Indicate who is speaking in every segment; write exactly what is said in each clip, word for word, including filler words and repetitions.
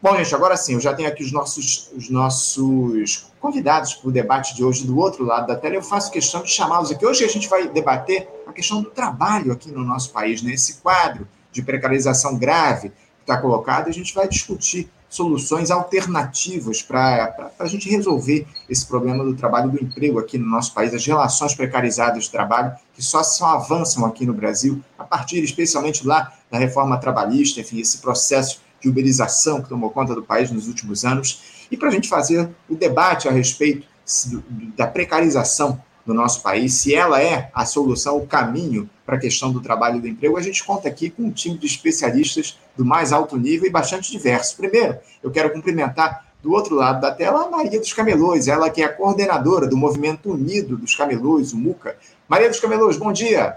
Speaker 1: Bom, gente, agora sim, eu já tenho aqui os nossos, os nossos convidados para o debate de hoje do outro lado da tela. Eu faço questão de chamá-los aqui. Hoje a gente vai debater a questão do trabalho aqui no nosso país, né? Esse quadro de precarização grave que está colocado. A gente vai discutir soluções alternativas para a gente resolver esse problema do trabalho e do emprego aqui no nosso país, as relações precarizadas de trabalho que só, só avançam aqui no Brasil, a partir especialmente lá da reforma trabalhista, enfim, esse processo de uberização que tomou conta do país nos últimos anos, e para a gente fazer o debate a respeito da precarização do nosso país, se ela é a solução, o caminho para a questão do trabalho e do emprego, a gente conta aqui com um time de especialistas do mais alto nível e bastante diverso. Primeiro, eu quero cumprimentar do outro lado da tela a Maria dos Camelôs, ela que é a coordenadora do Movimento Unido dos Camelôs, o MUCA. Maria dos Camelôs, bom dia!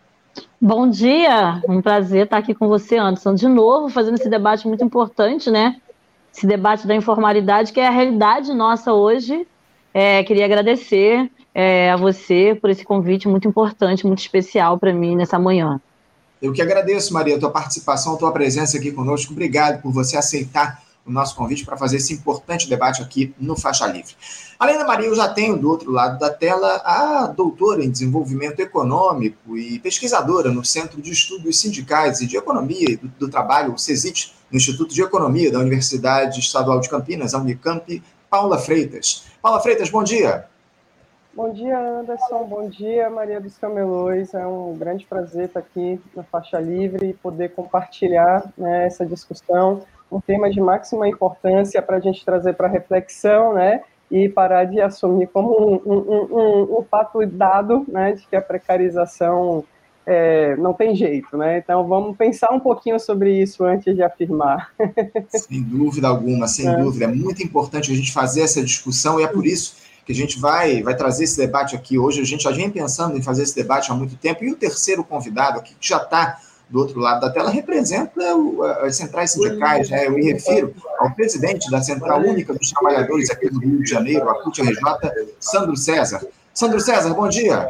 Speaker 2: Bom dia, um prazer estar aqui com você, Anderson, de novo, fazendo esse debate muito importante, né? Esse debate da informalidade, que é a realidade nossa hoje. É, queria agradecer é, a você por esse convite muito importante, muito especial para mim nessa manhã.
Speaker 1: Eu que agradeço, Maria, a tua participação, a tua presença aqui conosco. Obrigado por você aceitar o nosso convite para fazer esse importante debate aqui no Faixa Livre. Além da Maria, eu já tenho do outro lado da tela a doutora em desenvolvimento econômico e pesquisadora no Centro de Estudos Sindicais e de Economia e do, do Trabalho, o CESIT, no Instituto de Economia da Universidade Estadual de Campinas, a Unicamp, Paula Freitas. Paula Freitas, bom dia.
Speaker 3: Bom dia, Anderson. Bom dia, Maria dos Camelôs. É um grande prazer estar aqui na Faixa Livre e poder compartilhar, né, essa discussão, um tema de máxima importância para a gente trazer para reflexão, né, e parar de assumir como um, um, um, um fato dado, né, de que a precarização é, não tem jeito, né? Então vamos pensar um pouquinho sobre isso antes de afirmar.
Speaker 1: Sem dúvida alguma, sem é. dúvida. É muito importante a gente fazer essa discussão e é por isso que a gente vai, vai trazer esse debate aqui hoje. A gente já vem pensando em fazer esse debate há muito tempo e o terceiro convidado aqui, que já está do outro lado da tela, representa o, as centrais sindicais, né? Eu me refiro ao presidente da Central Única dos Trabalhadores aqui do Rio de Janeiro, a CUT R J, Sandro César. Sandro César, bom dia.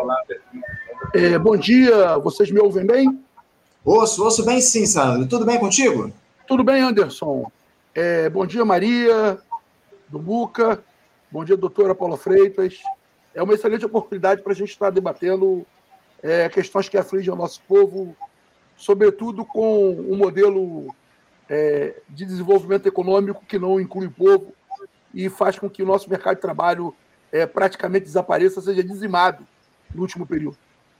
Speaker 4: É, bom dia, vocês me ouvem bem?
Speaker 1: Ouço, ouço bem sim, Sandro. Tudo bem contigo?
Speaker 4: Tudo bem, Anderson. É, bom dia, Maria, do MUCA. Bom dia, doutora Paula Freitas. É uma excelente oportunidade para a gente estar debatendo é, questões que afligem o nosso povo, sobretudo com um modelo é, de desenvolvimento econômico que não inclui o povo e faz com que o nosso mercado de trabalho é, praticamente desapareça, seja dizimado no último período.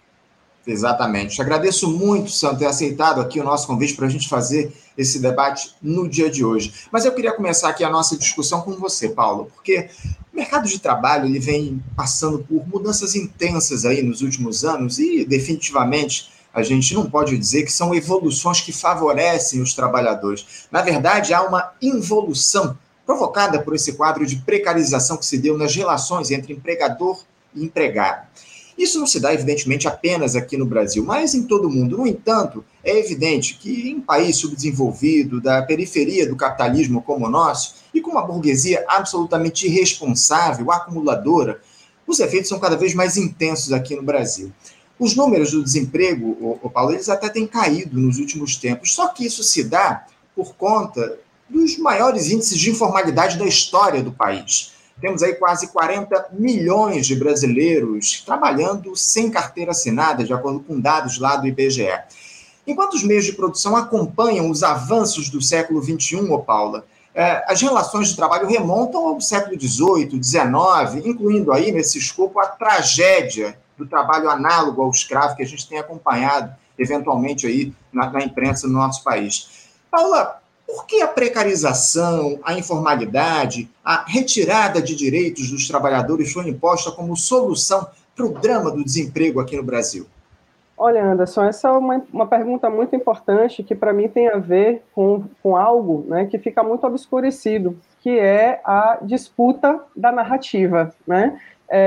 Speaker 1: Exatamente. Agradeço muito, Sandro, ter aceitado aqui o nosso convite para a gente fazer esse debate no dia de hoje. Mas eu queria começar aqui a nossa discussão com você, Paulo, porque o mercado de trabalho ele vem passando por mudanças intensas aí nos últimos anos e, definitivamente, a gente não pode dizer que são evoluções que favorecem os trabalhadores. Na verdade, há uma involução provocada por esse quadro de precarização que se deu nas relações entre empregador e empregado. Isso não se dá, evidentemente, apenas aqui no Brasil, mas em todo o mundo. No entanto, é evidente que em um país subdesenvolvido, da periferia do capitalismo como o nosso, e com uma burguesia absolutamente irresponsável, acumuladora, os efeitos são cada vez mais intensos aqui no Brasil. Os números do desemprego, o, o Paulo, eles até têm caído nos últimos tempos, só que isso se dá por conta dos maiores índices de informalidade da história do país. Temos aí quase quarenta milhões de brasileiros trabalhando sem carteira assinada, de acordo com dados lá do I B G E. Enquanto os meios de produção acompanham os avanços do século vinte e um, ô Paula, eh, as relações de trabalho remontam ao século dezoito, dezenove, incluindo aí nesse escopo a tragédia do trabalho análogo ao escravo que a gente tem acompanhado, eventualmente, aí na, na imprensa no nosso país. Paula, por que a precarização, a informalidade, a retirada de direitos dos trabalhadores foi imposta como solução para o drama do desemprego aqui no Brasil?
Speaker 3: Olha, Anderson, essa é uma, uma pergunta muito importante que, para mim, tem a ver com, com algo, né, que fica muito obscurecido, que é a disputa da narrativa, né?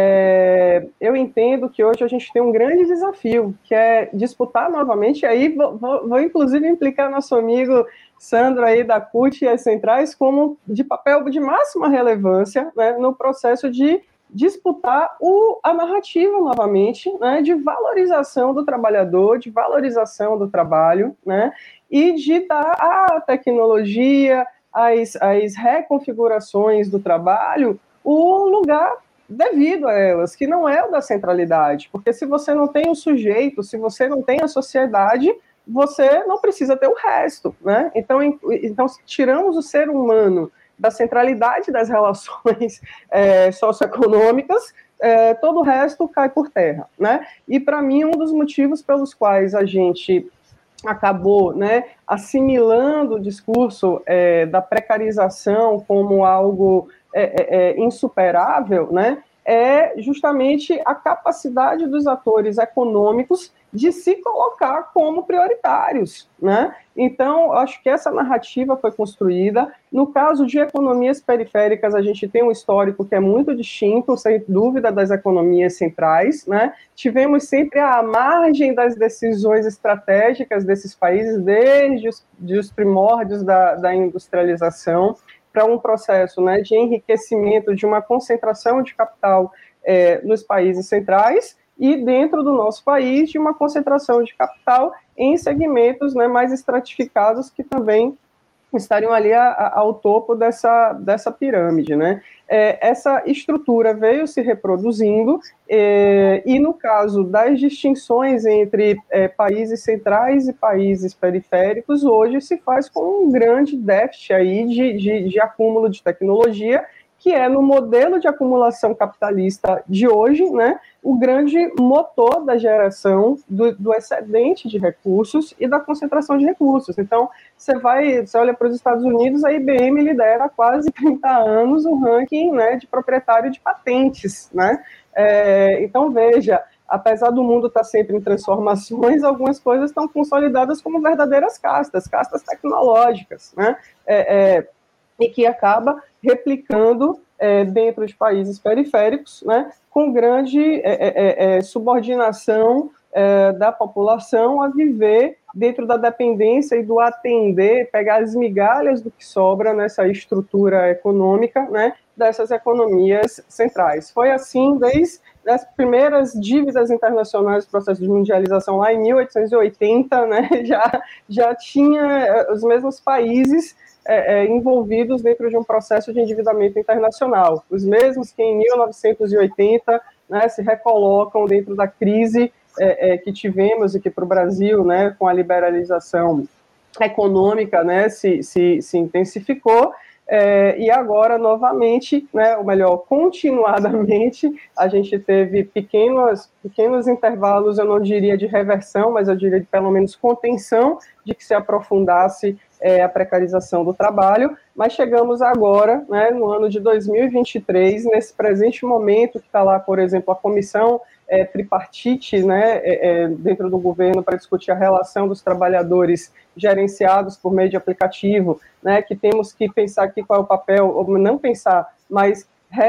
Speaker 3: É, eu entendo que hoje a gente tem um grande desafio, que é disputar novamente, e aí vou, vou, vou inclusive implicar nosso amigo Sandro aí da CUT e as centrais como de papel de máxima relevância, né, no processo de disputar o, a narrativa novamente, né, de valorização do trabalhador, de valorização do trabalho, né, e de dar à tecnologia, as, as reconfigurações do trabalho o lugar devido a elas, que não é o da centralidade, porque se você não tem o sujeito, se você não tem a sociedade, você não precisa ter o resto, né? Então, então tiramos o ser humano da centralidade das relações é, socioeconômicas, é, todo o resto cai por terra, né? E, para mim, um dos motivos pelos quais a gente acabou, né, assimilando o discurso é, da precarização como algo é, é, é, insuperável, né, é justamente a capacidade dos atores econômicos de se colocar como prioritários, né? Então, acho que essa narrativa foi construída. No caso de economias periféricas, a gente tem um histórico que é muito distinto, sem dúvida, das economias centrais, né? Tivemos sempre à margem das decisões estratégicas desses países, desde os, de os primórdios da, da industrialização, para um processo, né, de enriquecimento, de uma concentração de capital é, nos países centrais, e dentro do nosso país, de uma concentração de capital em segmentos, né, mais estratificados, que também estariam ali a, a, ao topo dessa, dessa pirâmide, né? É, essa estrutura veio se reproduzindo, é, e no caso das distinções entre é, países centrais e países periféricos, hoje se faz com um grande déficit aí de, de, de acúmulo de tecnologia, que é no modelo de acumulação capitalista de hoje, né, o grande motor da geração do, do excedente de recursos e da concentração de recursos. Então, você vai, você olha para os Estados Unidos, a I B M lidera há quase trinta anos o ranking, né, de proprietário de patentes, né? É, então, veja, apesar do mundo estar sempre em transformações, algumas coisas estão consolidadas como verdadeiras castas, castas tecnológicas, né? É, é, e que acaba replicando é, dentro de países periféricos, né, com grande é, é, é, subordinação é, da população a viver dentro da dependência e do atender, pegar as migalhas do que sobra nessa estrutura econômica, né, dessas economias centrais. Foi assim desde as primeiras dívidas internacionais do processo de mundialização lá em mil oitocentos e oitenta, né, já, já tinha os mesmos países É, é, envolvidos dentro de um processo de endividamento internacional. Os mesmos que em mil novecentos e oitenta, né, se recolocam dentro da crise é, é, que tivemos e que para o Brasil, né, com a liberalização econômica, né, se, se, se intensificou, é, e agora, novamente, né, ou melhor, continuadamente, a gente teve pequenos, pequenos intervalos, eu não diria de reversão, mas eu diria de pelo menos contenção, de que se aprofundasse É, a precarização do trabalho, mas chegamos agora, né, no ano de dois mil e vinte e três, nesse presente momento que está lá, por exemplo, a comissão é, tripartite, né, é, é, dentro do governo para discutir a relação dos trabalhadores gerenciados por meio de aplicativo, né, que temos que pensar aqui qual é o papel, ou não pensar, mas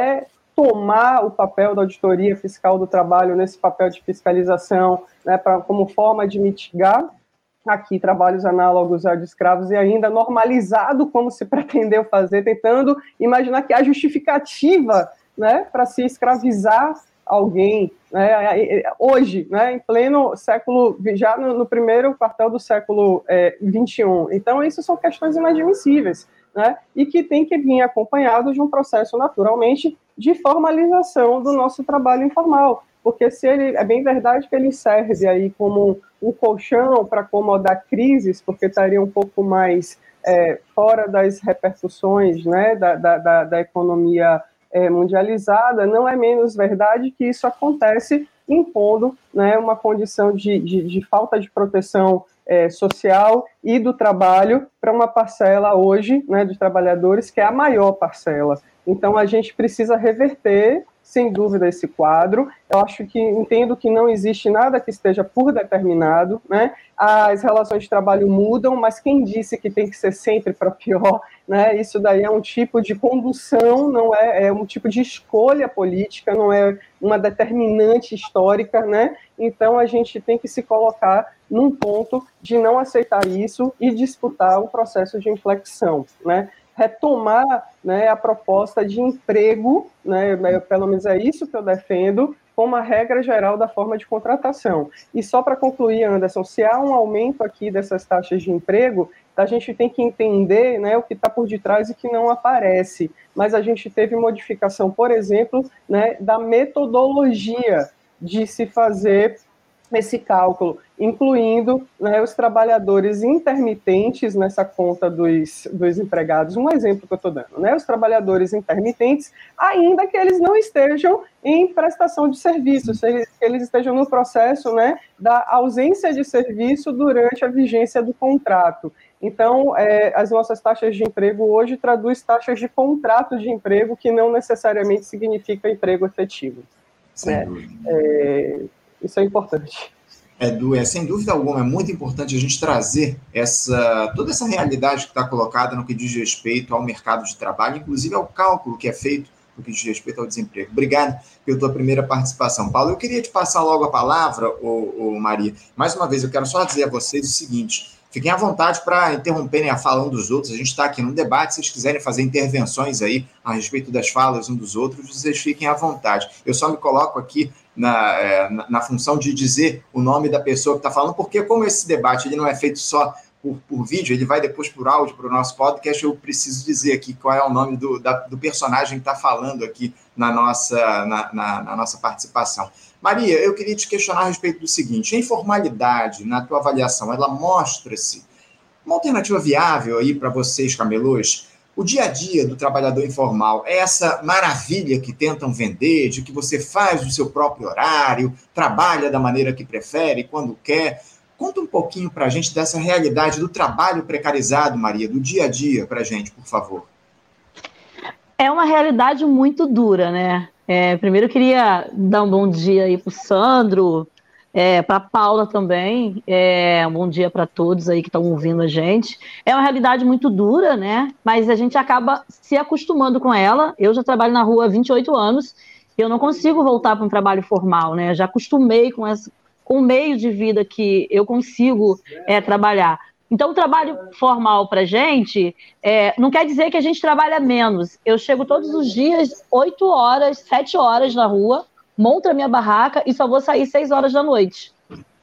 Speaker 3: retomar o papel da auditoria fiscal do trabalho nesse papel de fiscalização, né, pra, como forma de mitigar aqui trabalhos análogos a de escravos e ainda normalizado como se pretendeu fazer, tentando imaginar que há justificativa, né, para se escravizar alguém, né, hoje, né, em pleno século, já no, no primeiro quartel do século é, vinte e um. Então, isso são questões inadmissíveis, né, e que tem que vir acompanhado de um processo, naturalmente, de formalização do nosso trabalho informal, porque se ele, é bem verdade que ele serve aí como um colchão para acomodar crises, porque estaria um pouco mais é, fora das repercussões, né, da, da, da economia é, mundializada, não é menos verdade que isso acontece impondo, né, uma condição de, de, de falta de proteção é, social e do trabalho para uma parcela hoje, né, de trabalhadores, que é a maior parcela. Então, a gente precisa reverter, sem dúvida, esse quadro. Eu acho que, entendo que não existe nada que esteja por determinado, né? As relações de trabalho mudam, mas quem disse que tem que ser sempre para pior, né? Isso daí é um tipo de condução, não é, é um tipo de escolha política, não é uma determinante histórica, né? Então, a gente tem que se colocar num ponto de não aceitar isso e disputar um processo de inflexão, né? Retomar, né, a proposta de emprego, né, pelo menos é isso que eu defendo, como a regra geral da forma de contratação. E só para concluir, Anderson, se há um aumento aqui dessas taxas de emprego, a gente tem que entender, né, o que está por detrás e que não aparece. Mas a gente teve modificação, por exemplo, né, da metodologia de se fazer esse cálculo, incluindo, né, os trabalhadores intermitentes nessa conta dos, dos empregados. Um exemplo que eu estou dando, né, os trabalhadores intermitentes, ainda que eles não estejam em prestação de serviço, se eles, eles estejam no processo, né, da ausência de serviço durante a vigência do contrato. Então, é, as nossas taxas de emprego hoje traduz taxas de contrato de emprego, que não necessariamente significa emprego efetivo.
Speaker 1: Sem
Speaker 3: né?
Speaker 1: dúvida.
Speaker 3: É, isso é importante.
Speaker 1: É, Du, é, sem dúvida alguma, é muito importante a gente trazer essa, toda essa realidade que está colocada no que diz respeito ao mercado de trabalho, inclusive ao cálculo que é feito no que diz respeito ao desemprego. Obrigado pela tua primeira participação. Paulo, eu queria te passar logo a palavra, ô, ô, Maria. Mais uma vez, eu quero só dizer a vocês o seguinte: fiquem à vontade para interromperem a fala um dos outros. A gente está aqui num debate. Se vocês quiserem fazer intervenções aí a respeito das falas um dos outros, vocês fiquem à vontade. Eu só me coloco aqui na, na, na função de dizer o nome da pessoa que está falando, porque como esse debate ele não é feito só por, por vídeo, ele vai depois por áudio para o nosso podcast, eu preciso dizer aqui qual é o nome do, da, do personagem que está falando aqui na nossa, na, na, na nossa participação. Maria, eu queria te questionar a respeito do seguinte: a informalidade, na tua avaliação, ela mostra-se uma alternativa viável aí para vocês, camelôs? O dia a dia do trabalhador informal é essa maravilha que tentam vender, de que você faz o seu próprio horário, trabalha da maneira que prefere, quando quer. Conta um pouquinho para a gente dessa realidade do trabalho precarizado, Maria, do dia a dia para a gente, por favor.
Speaker 2: É uma realidade muito dura, né? É, primeiro eu queria dar um bom dia aí para o Sandro, é, para a Paula também, é, um bom dia para todos aí que estão ouvindo a gente. É uma realidade muito dura, né? Mas a gente acaba se acostumando com ela. Eu já trabalho na rua há vinte e oito anos e eu não consigo voltar para um trabalho formal, né? Eu já acostumei com, essa, com o meio de vida que eu consigo é, trabalhar. Então, o trabalho formal para a gente é, não quer dizer que a gente trabalha menos. Eu chego todos os dias, oito horas, sete horas na rua, monto a minha barraca e só vou sair seis horas da noite.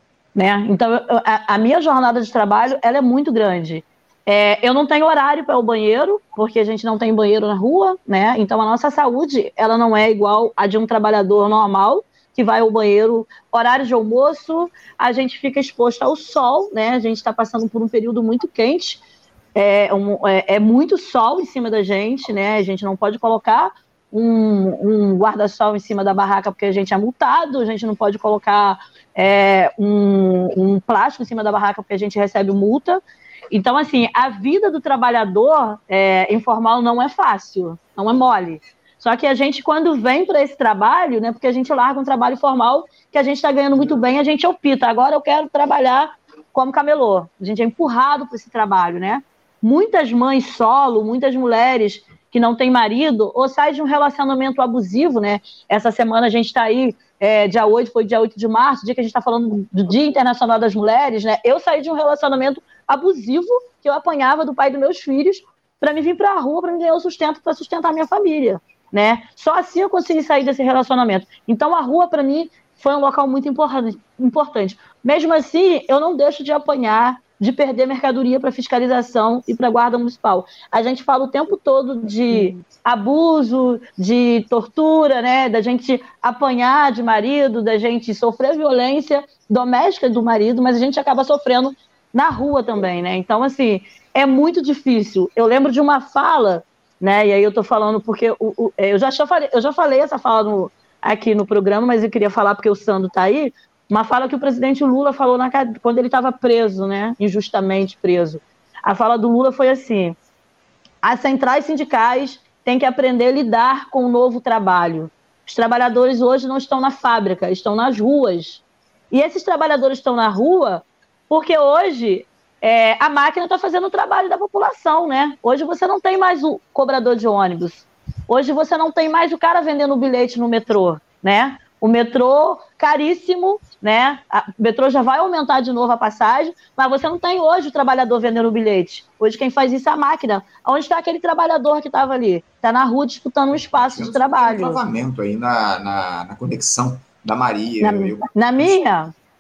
Speaker 2: Né? Então, eu, a, a minha jornada de trabalho ela é muito grande. É, eu não tenho horário para o banheiro, porque a gente não tem banheiro na rua, né? Então, a nossa saúde ela não é igual a de um trabalhador normal, que vai ao banheiro, horário de almoço, a gente fica exposto ao sol, né? A gente está passando por um período muito quente, é, um, é, é muito sol em cima da gente, né? A gente não pode colocar um, um guarda-sol em cima da barraca porque a gente é multado, a gente não pode colocar é, um, um plástico em cima da barraca porque a gente recebe multa. Então, assim, a vida do trabalhador é, informal não é fácil, não é mole. Só que a gente, quando vem para esse trabalho, né, porque a gente larga um trabalho formal que a gente está ganhando muito bem, a gente opta, agora eu quero trabalhar como camelô. A gente é empurrado para esse trabalho, né? Muitas mães solo, muitas mulheres que não têm marido, ou saem de um relacionamento abusivo, né? Essa semana a gente está aí, é, dia oito, foi dia oito de março, dia que a gente está falando do Dia Internacional das Mulheres, né? Eu saí de um relacionamento abusivo que eu apanhava do pai dos meus filhos para me vir para a rua, para me ganhar o sustento, para sustentar a minha família. Né? Só assim eu consegui sair desse relacionamento. Então a rua para mim foi um local muito importante. Mesmo assim, eu não deixo de apanhar, de perder mercadoria para fiscalização e para guarda municipal. A gente fala o tempo todo de abuso, de tortura, né? Da gente apanhar de marido, da gente sofrer violência doméstica do marido, mas a gente acaba sofrendo na rua também, né? Então, assim, é muito difícil. Eu lembro de uma fala, né? E aí eu tô falando porque o, o, eu, já falei, eu já falei essa fala no, aqui no programa, mas eu queria falar porque o Sandro tá aí, uma fala que o presidente Lula falou na, quando ele estava preso, né? Injustamente preso. A fala do Lula foi assim: as centrais sindicais têm que aprender a lidar com o novo trabalho. Os trabalhadores hoje não estão na fábrica, estão nas ruas. E esses trabalhadores estão na rua porque hoje É, a máquina está fazendo o trabalho da população, né? Hoje você não tem mais o cobrador de ônibus. Hoje você não tem mais o cara vendendo bilhete no metrô, né? O metrô caríssimo, né? O metrô já vai aumentar de novo a passagem, mas você não tem hoje o trabalhador vendendo bilhete. Hoje quem faz isso é a máquina. Onde está aquele trabalhador que estava ali? Está na rua disputando um espaço de trabalho.
Speaker 1: Tem um travamento aí na, na, na conexão da Maria.
Speaker 2: Na,
Speaker 1: eu,
Speaker 2: na minha?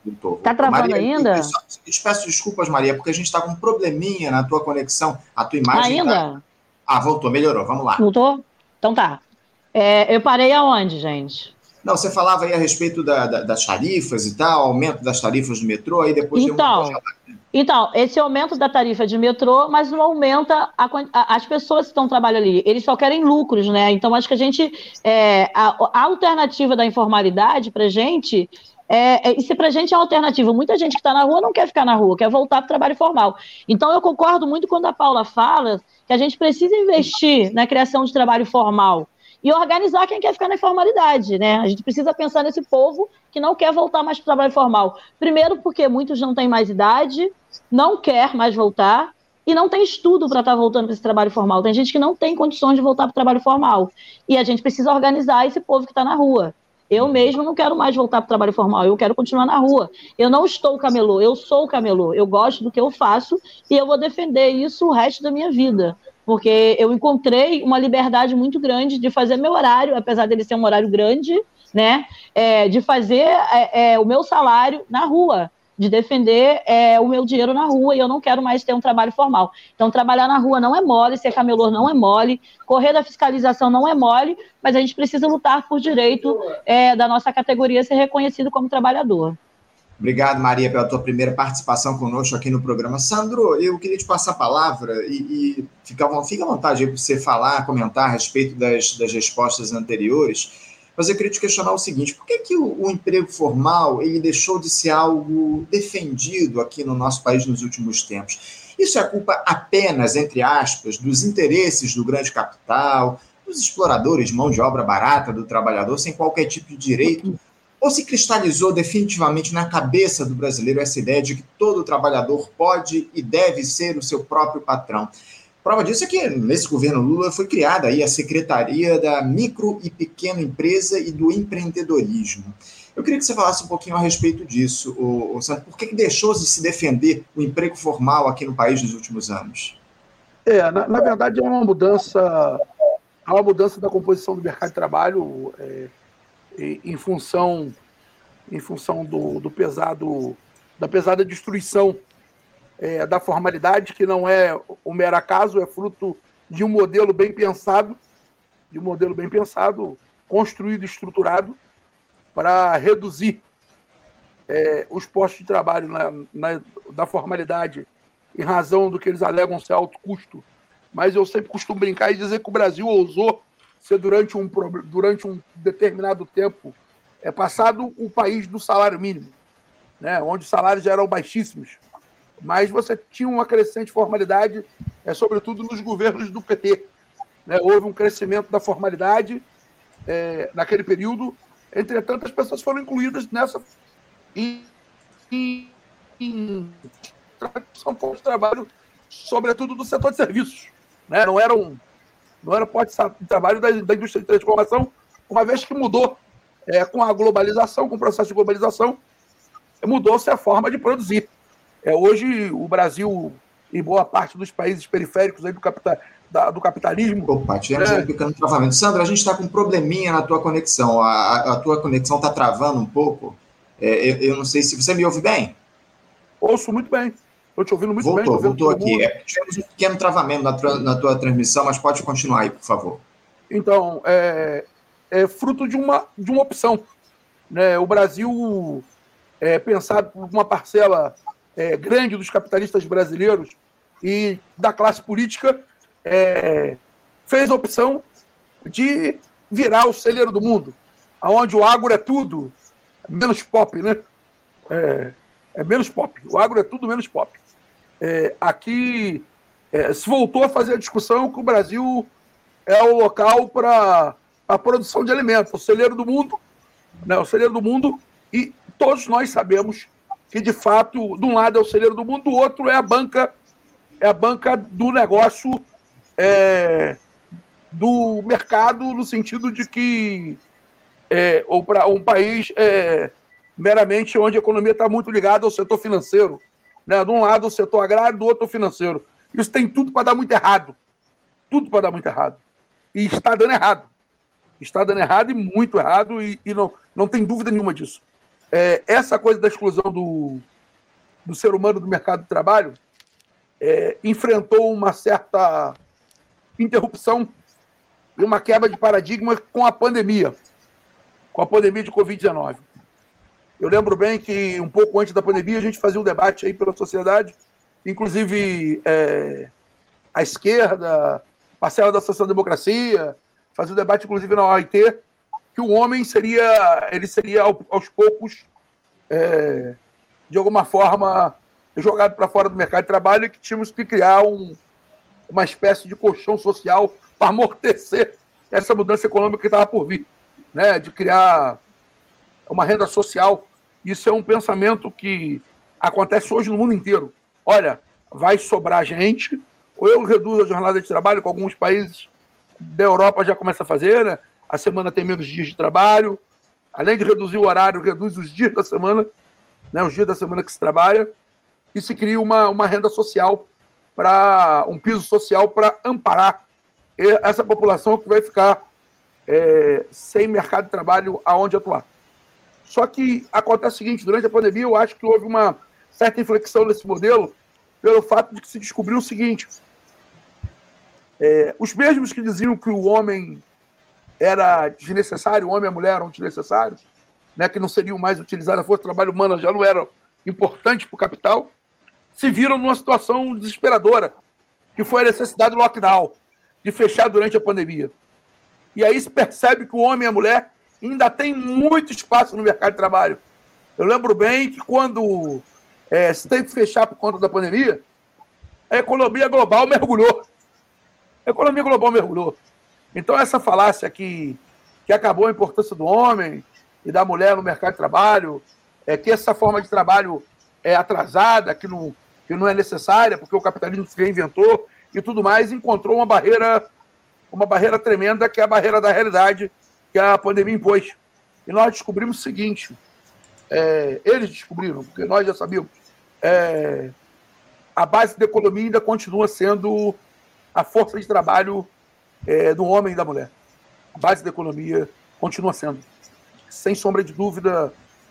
Speaker 2: Está travando
Speaker 1: Maria,
Speaker 2: ainda?
Speaker 1: Eu, eu, eu te peço desculpas, Maria, porque a gente está com um probleminha na tua conexão. A tua imagem
Speaker 2: Ainda?
Speaker 1: Tá... Ah, voltou, melhorou. Vamos lá.
Speaker 2: Voltou? Então tá. É, eu parei aonde, gente?
Speaker 1: Não, você falava aí a respeito da, da, das tarifas e tal, aumento das tarifas do metrô, aí depois
Speaker 2: então,
Speaker 1: tem uma...
Speaker 2: Então, esse aumento da tarifa de metrô, mas não aumenta a, a, as pessoas que estão trabalhando ali. Eles só querem lucros, né? Então, acho que a gente... É, a, a alternativa da informalidade para a gente... É, é, isso para a gente é uma alternativa. Muita gente que está na rua não quer ficar na rua, quer voltar para o trabalho formal. Então, eu concordo muito quando a Paula fala que a gente precisa investir na criação de trabalho formal e organizar quem quer ficar na informalidade, né? A gente precisa pensar nesse povo que não quer voltar mais para o trabalho formal. Primeiro porque muitos não têm mais idade, não quer mais voltar e não tem estudo para estar voltando para esse trabalho formal. Tem gente que não tem condições de voltar para o trabalho formal. E a gente precisa organizar esse povo que está na rua. Eu mesmo não quero mais voltar para o trabalho formal, eu quero continuar na rua. Eu não estou camelô, eu sou camelô. Eu gosto do que eu faço e eu vou defender isso o resto da minha vida. Porque eu encontrei uma liberdade muito grande de fazer meu horário, apesar dele ser um horário grande, né? É, de fazer é, é, o meu salário na rua, de defender é, o meu dinheiro na rua, e eu não quero mais ter um trabalho formal. Então, trabalhar na rua não é mole, ser camelô não é mole, correr da fiscalização não é mole, mas a gente precisa lutar por direito é, da nossa categoria ser reconhecido como trabalhador.
Speaker 1: Obrigado, Maria, pela tua primeira participação conosco aqui no programa. Sandro, eu queria te passar a palavra e, e fica, fica à vontade aí para você falar, comentar a respeito das, das respostas anteriores, mas eu queria te questionar o seguinte: por que, que o, o emprego formal ele deixou de ser algo defendido aqui no nosso país nos últimos tempos? Isso é culpa apenas, entre aspas, dos interesses do grande capital, dos exploradores de mão de obra barata do trabalhador, sem qualquer tipo de direito? Ou se cristalizou definitivamente na cabeça do brasileiro essa ideia de que todo trabalhador pode e deve ser o seu próprio patrão? Prova disso é que, nesse governo Lula, foi criada aí a Secretaria da Micro e Pequena Empresa e do Empreendedorismo. Eu queria que você falasse um pouquinho a respeito disso, o, o Santos. Por que, que deixou de se defender o emprego formal aqui no país nos últimos anos?
Speaker 4: É, na, na verdade, é uma mudança, é uma mudança da composição do mercado de trabalho, é, em função, em função do, do pesado, da pesada destruição é, da formalidade, que não é um mero acaso, é fruto de um modelo bem pensado, de um modelo bem pensado, construído e estruturado para reduzir é, os postos de trabalho na, na, da formalidade em razão do que eles alegam ser alto custo. Mas eu sempre costumo brincar e dizer que o Brasil ousou ser durante um, durante um determinado tempo é passado o país do salário mínimo, né, onde os salários já eram baixíssimos, mas você tinha uma crescente formalidade, é, sobretudo nos governos do P T. Né, houve um crescimento da formalidade é, naquele período, entretanto as pessoas foram incluídas nessa em, em, em de trabalho, sobretudo do setor de serviços. Né, não eram não era poste de trabalho da, da indústria de transformação, uma vez que mudou é, com a globalização, com o processo de globalização, mudou-se a forma de produzir. É, hoje, o Brasil e boa parte dos países periféricos aí do, capital, da, do capitalismo...
Speaker 1: Opa, tivemos é... um pequeno travamento. Sandra, a gente está com um probleminha na tua conexão. A, a tua conexão está travando um pouco. É, eu, eu não sei se... Você me ouve bem?
Speaker 4: Ouço muito bem. Estou te ouvindo muito
Speaker 1: voltou,
Speaker 4: bem.
Speaker 1: Voltou, voltou aqui. É, tivemos um pequeno travamento na, tra na tua transmissão, mas pode continuar aí, por favor.
Speaker 4: Então, é, é fruto de uma, de uma opção. Né? O Brasil, é, pensado por uma parcela é, grande dos capitalistas brasileiros e da classe política, é, fez a opção de virar o celeiro do mundo, onde o agro é tudo menos pop, né? É, é menos pop. O agro é tudo menos pop. É, aqui é, se voltou a fazer a discussão que o Brasil é o local para a produção de alimentos, o celeiro do mundo, né, o celeiro do mundo, e todos nós sabemos que, de fato, de um lado é o celeiro do mundo, do outro é a banca, é a banca do negócio, é, do mercado, no sentido de que é, ou para um país é, meramente onde a economia está muito ligada ao setor financeiro. Né? De um lado o setor agrário, do outro o financeiro. Isso tem tudo para dar muito errado. Tudo para dar muito errado. E está dando errado. Está dando errado e muito errado, e, e não, não tem dúvida nenhuma disso. é, essa coisa da exclusão do, do ser humano do mercado de trabalho é, enfrentou uma certa interrupção e uma quebra de paradigma com a pandemia, com a pandemia de covid dezenove. Eu lembro bem que um pouco antes da pandemia a gente fazia um debate aí pela sociedade, inclusive é, a esquerda, parcela da social-democracia, fazia um debate inclusive na O A I T, que o homem seria, ele seria aos poucos, é, de alguma forma, jogado para fora do mercado de trabalho e que tínhamos que criar um, uma espécie de colchão social para amortecer essa mudança econômica que estava por vir, né? De criar uma renda social. Isso é um pensamento que acontece hoje no mundo inteiro. Olha, vai sobrar gente, ou eu reduzo a jornada de trabalho, que alguns países da Europa já começam a fazer, né? A semana tem menos dias de trabalho, além de reduzir o horário, reduz os dias da semana, né? Os dias da semana que se trabalha, e se cria uma, uma renda social, para um piso social para amparar essa população que vai ficar é, sem mercado de trabalho aonde atuar. Só que acontece o seguinte, durante a pandemia eu acho que houve uma certa inflexão nesse modelo pelo fato de que se descobriu o seguinte, é, os mesmos que diziam que o homem era desnecessário, o homem e a mulher eram desnecessários, né, que não seriam mais utilizados, a força de trabalho humana já não era importante para o capital, se viram numa situação desesperadora, que foi a necessidade do lockdown, de fechar durante a pandemia. E aí se percebe que o homem e a mulher ainda tem muito espaço no mercado de trabalho. Eu lembro bem que quando é, se teve que fechar por conta da pandemia, a economia global mergulhou. A economia global mergulhou. Então essa falácia que, que acabou a importância do homem e da mulher no mercado de trabalho, é, que essa forma de trabalho é atrasada, que não, que não é necessária, porque o capitalismo se reinventou e tudo mais, encontrou uma barreira, uma barreira tremenda, que é a barreira da realidade que a pandemia impôs. E nós descobrimos o seguinte, é, eles descobriram, porque nós já sabíamos, é, a base da economia ainda continua sendo a força de trabalho é, do homem e da mulher. A base da economia continua sendo. Sem sombra de dúvida,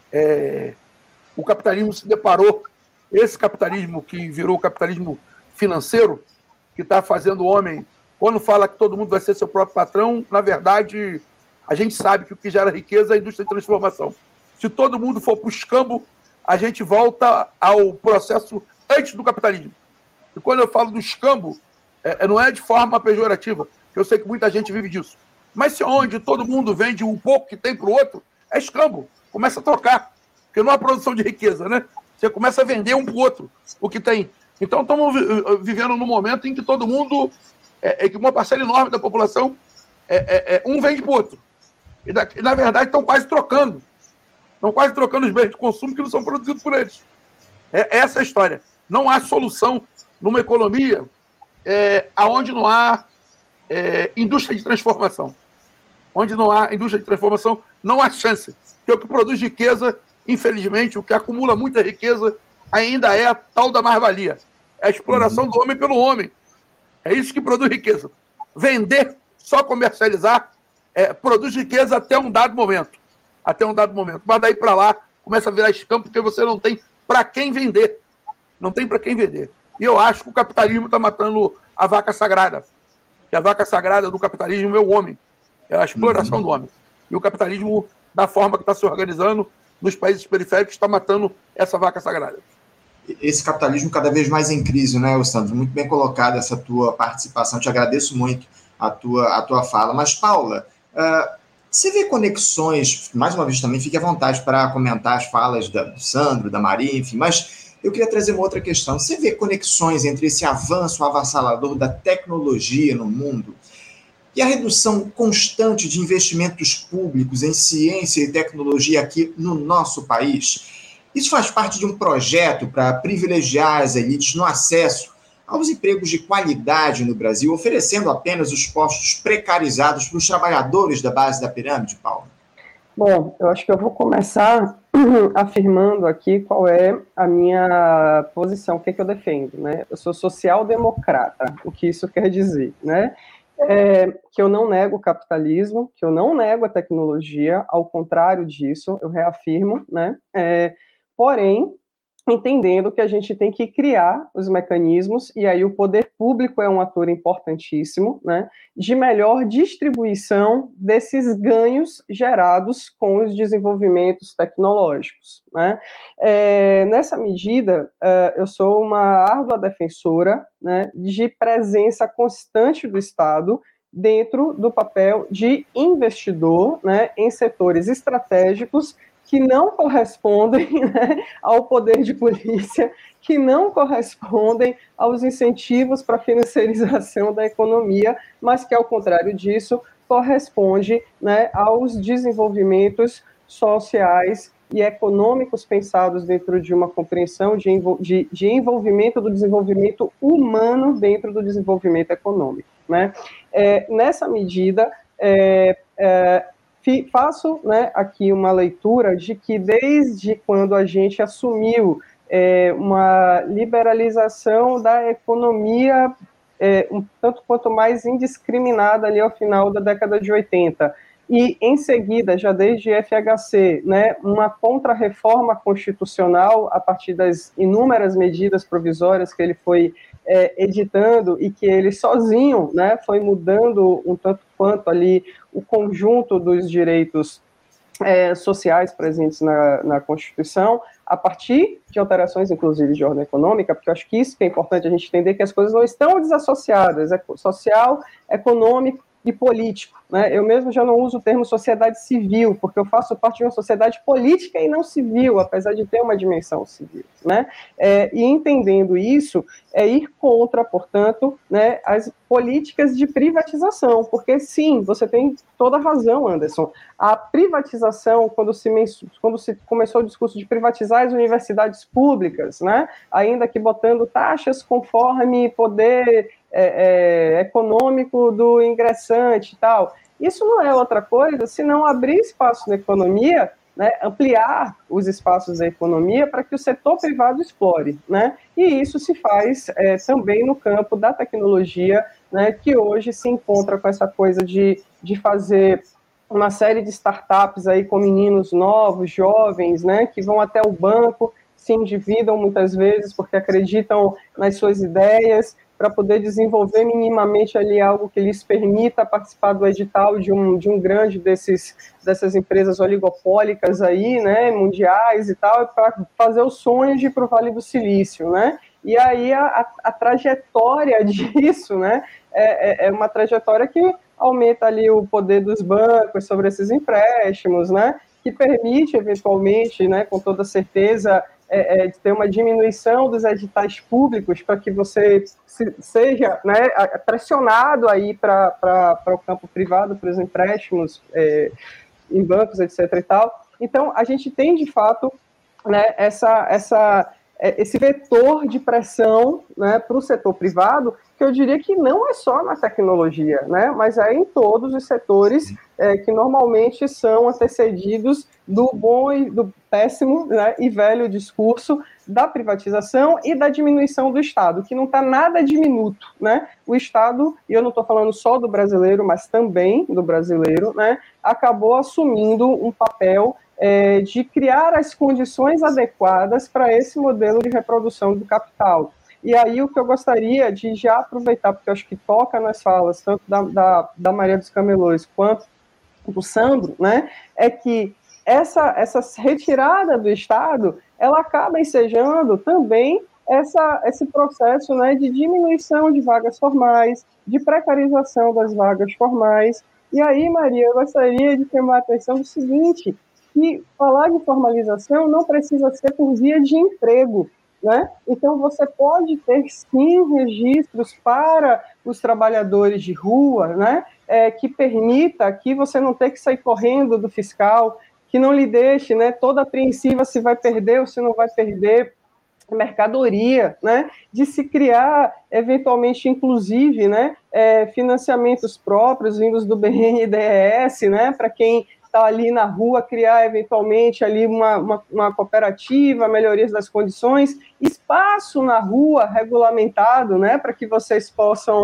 Speaker 4: é, o capitalismo se deparou, esse capitalismo que virou o capitalismo financeiro, que está fazendo o homem, quando fala que todo mundo vai ser seu próprio patrão, na verdade, a gente sabe que o que gera riqueza é a indústria de transformação. Se todo mundo for para o escambo, a gente volta ao processo antes do capitalismo. E quando eu falo do escambo, é, não é de forma pejorativa, que eu sei que muita gente vive disso. Mas se onde todo mundo vende um pouco que tem para o outro, é escambo. Começa a trocar. Porque não há produção de riqueza, né? Você começa a vender um para o outro o que tem. Então, estamos vivendo num momento em que todo mundo, é, é que uma parcela enorme da população, é, é, é, um vende para o outro. E, da, e, na verdade, estão quase trocando. Estão quase trocando os bens de consumo que não são produzidos por eles. É essa a história. Não há solução numa economia é, onde não há é, indústria de transformação. Onde não há indústria de transformação, não há chance. Porque o que produz riqueza, infelizmente, o que acumula muita riqueza, ainda é a tal da mais-valia. É a exploração uhum. do homem pelo homem. É isso que produz riqueza. Vender, só comercializar, é, produz riqueza até um dado momento. Até um dado momento. Mas daí para lá, começa a virar escampo, porque você não tem para quem vender. Não tem para quem vender. E eu acho que o capitalismo está matando a vaca sagrada. E a vaca sagrada do capitalismo é o homem. É a exploração uhum. do homem. E o capitalismo, da forma que está se organizando nos países periféricos, está matando essa vaca sagrada.
Speaker 1: Esse capitalismo cada vez mais em crise, né, Sandro? Muito bem colocada essa tua participação. Te agradeço muito a tua, a tua fala. Mas, Paula, uh, você vê conexões, mais uma vez também, fique à vontade para comentar as falas da, do Sandro, da Maria, enfim, mas eu queria trazer uma outra questão. Você vê conexões entre esse avanço avassalador da tecnologia no mundo e a redução constante de investimentos públicos em ciência e tecnologia aqui no nosso país? Isso faz parte de um projeto para privilegiar as elites no acesso aos empregos de qualidade no Brasil, oferecendo apenas os postos precarizados para os trabalhadores da base da pirâmide, Paulo?
Speaker 3: Bom, eu acho que eu vou começar afirmando aqui qual é a minha posição, o que, é que eu defendo, né? Eu sou social-democrata, o que isso quer dizer, né? é, que eu não nego o capitalismo, que eu não nego a tecnologia, ao contrário disso, eu reafirmo, né? É, porém, entendendo que a gente tem que criar os mecanismos, e aí o poder público é um ator importantíssimo, né, de melhor distribuição desses ganhos gerados com os desenvolvimentos tecnológicos, né. É, nessa medida, eu sou uma árdua defensora, né, de presença constante do Estado dentro do papel de investidor, né, em setores estratégicos que não correspondem, né, ao poder de polícia, que não correspondem aos incentivos para a financiarização da economia, mas que, ao contrário disso, corresponde, né, aos desenvolvimentos sociais e econômicos pensados dentro de uma compreensão de, de, de envolvimento do desenvolvimento humano dentro do desenvolvimento econômico, né? É, nessa medida, é, é, faço, né, aqui uma leitura de que desde quando a gente assumiu é, uma liberalização da economia é, um tanto quanto mais indiscriminada ali ao final da década de oitenta, e em seguida, já desde F H C, né, uma contra-reforma constitucional a partir das inúmeras medidas provisórias que ele foi é, editando e que ele sozinho, né, foi mudando um tanto quanto ali o conjunto dos direitos é, sociais presentes na, na Constituição, a partir de alterações, inclusive, de ordem econômica, porque eu acho que isso que é importante a gente entender, que as coisas não estão desassociadas, é social, econômico e político, né? Eu mesmo já não uso o termo sociedade civil, porque eu faço parte de uma sociedade política e não civil, apesar de ter uma dimensão civil, né? É, e entendendo isso, é ir contra, portanto, né, as políticas de privatização, porque sim, você tem toda a razão, Anderson, a privatização, quando se, quando se começou o discurso de privatizar as universidades públicas, né, ainda que botando taxas conforme poder é, é, econômico do ingressante e tal, isso não é outra coisa senão abrir espaço na economia, né, ampliar os espaços da economia para que o setor privado explore, né, e isso se faz é, também no campo da tecnologia, né, que hoje se encontra com essa coisa de, de fazer uma série de startups aí com meninos novos, jovens, né, que vão até o banco, se endividam muitas vezes porque acreditam nas suas ideias, para poder desenvolver minimamente ali algo que lhes permita participar do edital de um, de um grande desses, dessas empresas oligopólicas aí, né, mundiais e tal, para fazer o sonho de ir para o Vale do Silício, né, e aí a, a, a trajetória disso, né, é, é uma trajetória que aumenta ali o poder dos bancos sobre esses empréstimos, né, que permite, eventualmente, né, com toda certeza, É, é, de ter uma diminuição dos editais públicos para que você se, seja, né, pressionado aí para o campo privado, para os empréstimos é, em bancos, etc e tal. Então, a gente tem, de fato, né, essa, essa, esse vetor de pressão, né, para o setor privado, que eu diria que não é só na tecnologia, né, mas é em todos os setores é, que normalmente são antecedidos do bom e do péssimo, né, e velho discurso da privatização e da diminuição do Estado, que não está nada diminuto, né? O Estado, e eu não estou falando só do brasileiro, mas também do brasileiro, né, acabou assumindo um papel é, de criar as condições adequadas para esse modelo de reprodução do capital. E aí o que eu gostaria de já aproveitar, porque eu acho que toca nas falas, tanto da, da, da Maria dos Camelões quanto do Sandro, né, é que essa, essa retirada do Estado, ela acaba ensejando também essa, esse processo, né, de diminuição de vagas formais, de precarização das vagas formais. E aí, Maria, eu gostaria de chamar a atenção do seguinte, que falar de formalização não precisa ser por via de emprego, né? Então, você pode ter, sim, registros para os trabalhadores de rua, né, é, que permita que você não tenha que sair correndo do fiscal, que não lhe deixe, né, toda apreensiva se vai perder ou se não vai perder mercadoria, né, de se criar, eventualmente, inclusive, né, é, financiamentos próprios vindos do B N D E S, né, para quem está ali na rua, criar eventualmente ali uma, uma, uma cooperativa, melhorias das condições, espaço na rua regulamentado, né, para que vocês possam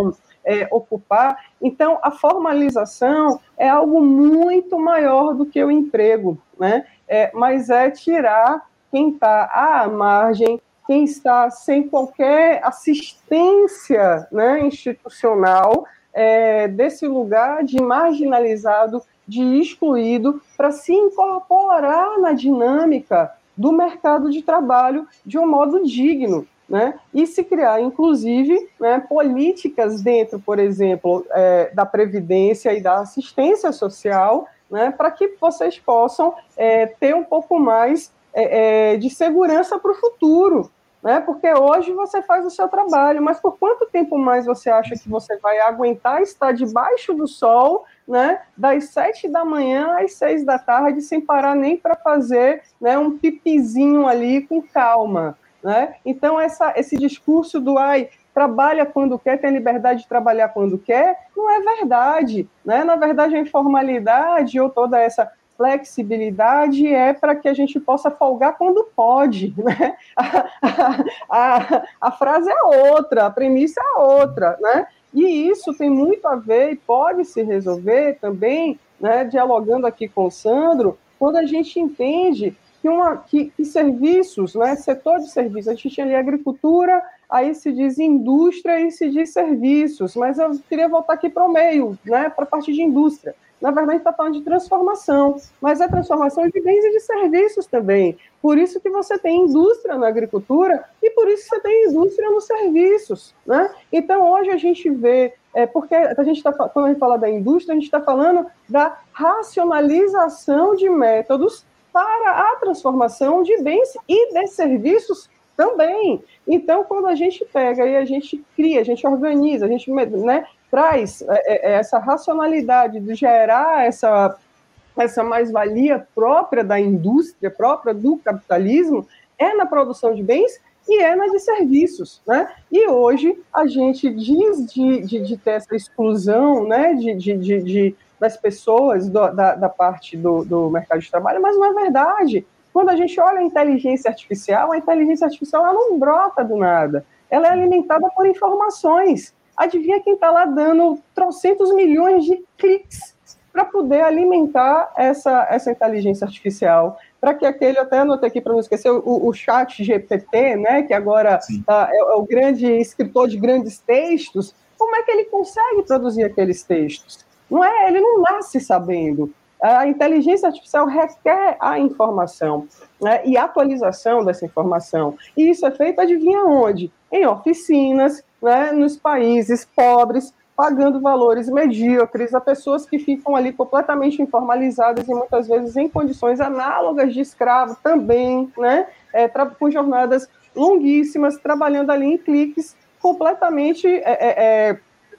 Speaker 3: é, ocupar. Então, a formalização é algo muito maior do que o emprego, né? É, mas é tirar quem está à margem, quem está sem qualquer assistência, né, institucional, é, desse lugar de marginalizado, de excluído, para se incorporar na dinâmica do mercado de trabalho de um modo digno, né? E se criar, inclusive, né, políticas dentro, por exemplo, é, da Previdência e da assistência social, né, para que vocês possam é, ter um pouco mais é, é, de segurança para o futuro, né? Porque hoje você faz o seu trabalho, mas por quanto tempo mais você acha que você vai aguentar estar debaixo do sol, né, das sete da manhã às seis da tarde, sem parar nem para fazer, né, um pipizinho ali com calma, né? Então, essa, esse discurso do ai, trabalha quando quer, tem liberdade de trabalhar quando quer, não é verdade, né? Na verdade, a informalidade ou toda essa flexibilidade é para que a gente possa folgar quando pode, né? A, a, a, a frase é outra, a premissa é outra, né? E isso tem muito a ver e pode se resolver também, né, dialogando aqui com o Sandro, quando a gente entende que, uma, que, que serviços, né, setor de serviços, a gente tinha ali agricultura, aí se diz indústria e se diz serviços, mas eu queria voltar aqui para o meio, né, para a parte de indústria. Na verdade, a gente está falando de transformação, mas é transformação de bens e de serviços também. Por isso que você tem indústria na agricultura e por isso que você tem indústria nos serviços, né? Então, hoje a gente vê, é, porque a gente tá, quando a gente fala da indústria, a gente está falando da racionalização de métodos para a transformação de bens e de serviços também. Então, quando a gente pega e a gente cria, a gente organiza, a gente, né, traz essa racionalidade de gerar essa, essa mais-valia própria da indústria, própria do capitalismo, é na produção de bens e é na de serviços, né? E hoje a gente diz de, de, de ter essa exclusão, né, de, de, de, de, das pessoas do, da, da parte do, do mercado de trabalho, mas não é verdade. Quando a gente olha a inteligência artificial, a inteligência artificial ela não brota do nada, ela é alimentada por informações. Adivinha quem está lá dando trocentos milhões de cliques para poder alimentar essa, essa inteligência artificial, para que aquele, até anotei aqui para não esquecer, o, o chat G P T, né, que agora tá, é, é o grande escritor de grandes textos, como é que ele consegue produzir aqueles textos? Não é, ele não nasce sabendo. A inteligência artificial requer a informação, né, e a atualização dessa informação. E isso é feito, adivinha onde? Em oficinas, né, nos países pobres, pagando valores medíocres a pessoas que ficam ali completamente informalizadas e muitas vezes em condições análogas de escravo também, né, é, com jornadas longuíssimas, trabalhando ali em cliques completamente... É, é,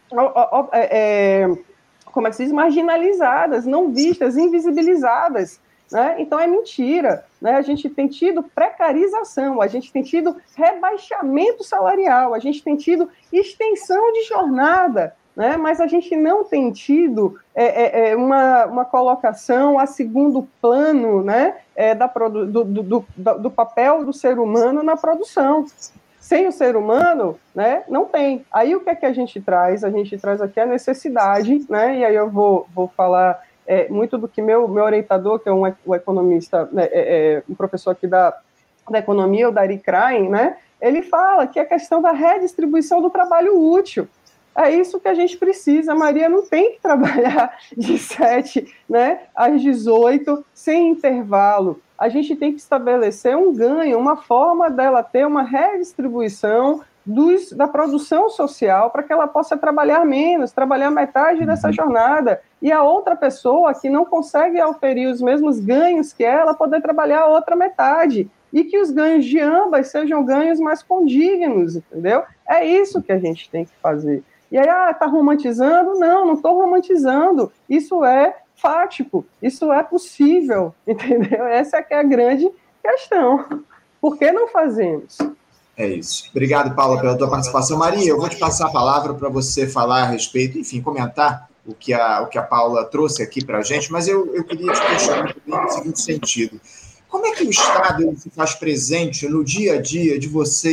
Speaker 3: é, é, como é que se diz, marginalizadas, não vistas, invisibilizadas, né? Então é mentira, né? A gente tem tido precarização, a gente tem tido rebaixamento salarial, a gente tem tido extensão de jornada, né? Mas a gente não tem tido é, é, uma, uma colocação a segundo plano, né? É, da, do, do, do, do papel do ser humano na produção. Sem o ser humano, né, não tem. Aí o que é que a gente traz? A gente traz aqui a necessidade, né, e aí eu vou, vou falar é, muito do que meu, meu orientador, que é um, um economista, né, é, é, um professor aqui da, da economia, o Dari Krain, né, ele fala que é a questão da redistribuição do trabalho útil. É isso que a gente precisa. A Maria não tem que trabalhar de sete, né, às dezoito, sem intervalo. A gente tem que estabelecer um ganho, uma forma dela ter uma redistribuição dos, da produção social para que ela possa trabalhar menos, trabalhar metade dessa jornada, e a outra pessoa que não consegue oferir os mesmos ganhos que ela, poder trabalhar a outra metade, e que os ganhos de ambas sejam ganhos mais condignos, entendeu? É isso que a gente tem que fazer. E aí, ah, tá romantizando? Não, não estou romantizando. Isso é fático, isso é possível, entendeu? Essa é que é a grande questão. Por que não fazemos?
Speaker 1: É isso. Obrigado, Paula, pela tua participação. Maria, eu vou te passar a palavra para você falar a respeito, enfim, comentar o que a, o que a Paula trouxe aqui para a gente, mas eu, eu queria te questionar no seguinte sentido. Como é que o Estado ele se faz presente no dia a dia de vocês,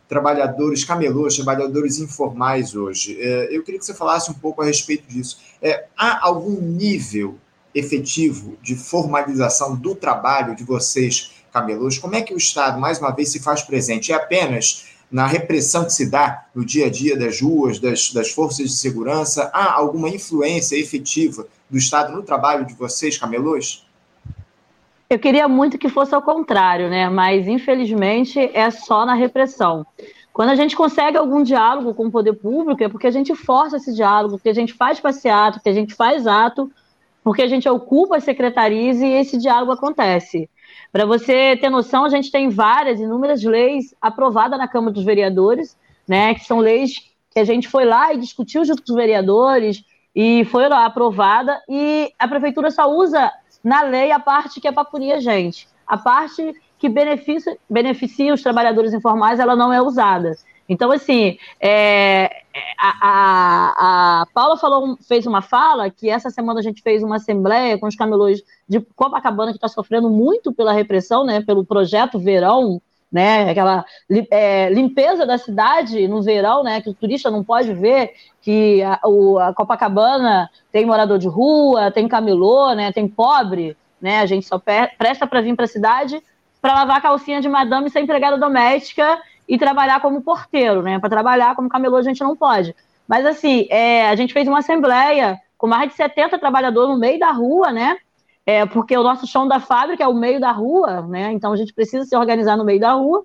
Speaker 1: trabalhadores camelôs, trabalhadores informais hoje. Eu queria que você falasse um pouco a respeito disso. Há algum nível efetivo de formalização do trabalho de vocês, camelôs? Como é que o Estado, mais uma vez, se faz presente? É apenas na repressão que se dá no dia a dia das ruas, das, das forças de segurança? Há alguma influência efetiva do Estado no trabalho de vocês, camelôs?
Speaker 2: Eu queria muito que fosse ao contrário, né? Mas, infelizmente, é só na repressão. Quando a gente consegue algum diálogo com o poder público, é porque a gente força esse diálogo, porque a gente faz passeato, porque a gente faz ato, porque a gente ocupa as secretarias e esse diálogo acontece. Para você ter noção, a gente tem várias, inúmeras leis aprovadas na Câmara dos Vereadores, né, que são leis que a gente foi lá e discutiu junto com os vereadores e foi lá aprovada, e a Prefeitura só usa na lei a parte que é para punir a gente. A parte que beneficia, beneficia os trabalhadores informais, ela não é usada. Então, assim, é, a, a, a Paula falou, fez uma fala que essa semana a gente fez uma assembleia com os camelôs de Copacabana, que está sofrendo muito pela repressão, né, pelo projeto Verão, né, aquela é, limpeza da cidade no verão, né, que o turista não pode ver, que a, o, a Copacabana tem morador de rua, tem camelô, né, tem pobre, né, a gente só presta para vir para a cidade para lavar a calcinha de madame e ser empregada doméstica e trabalhar como porteiro, né? Para trabalhar como camelô a gente não pode. Mas, assim, é, a gente fez uma assembleia com mais de setenta trabalhadores no meio da rua, né? É, porque o nosso chão da fábrica é o meio da rua, né? Então a gente precisa se organizar no meio da rua.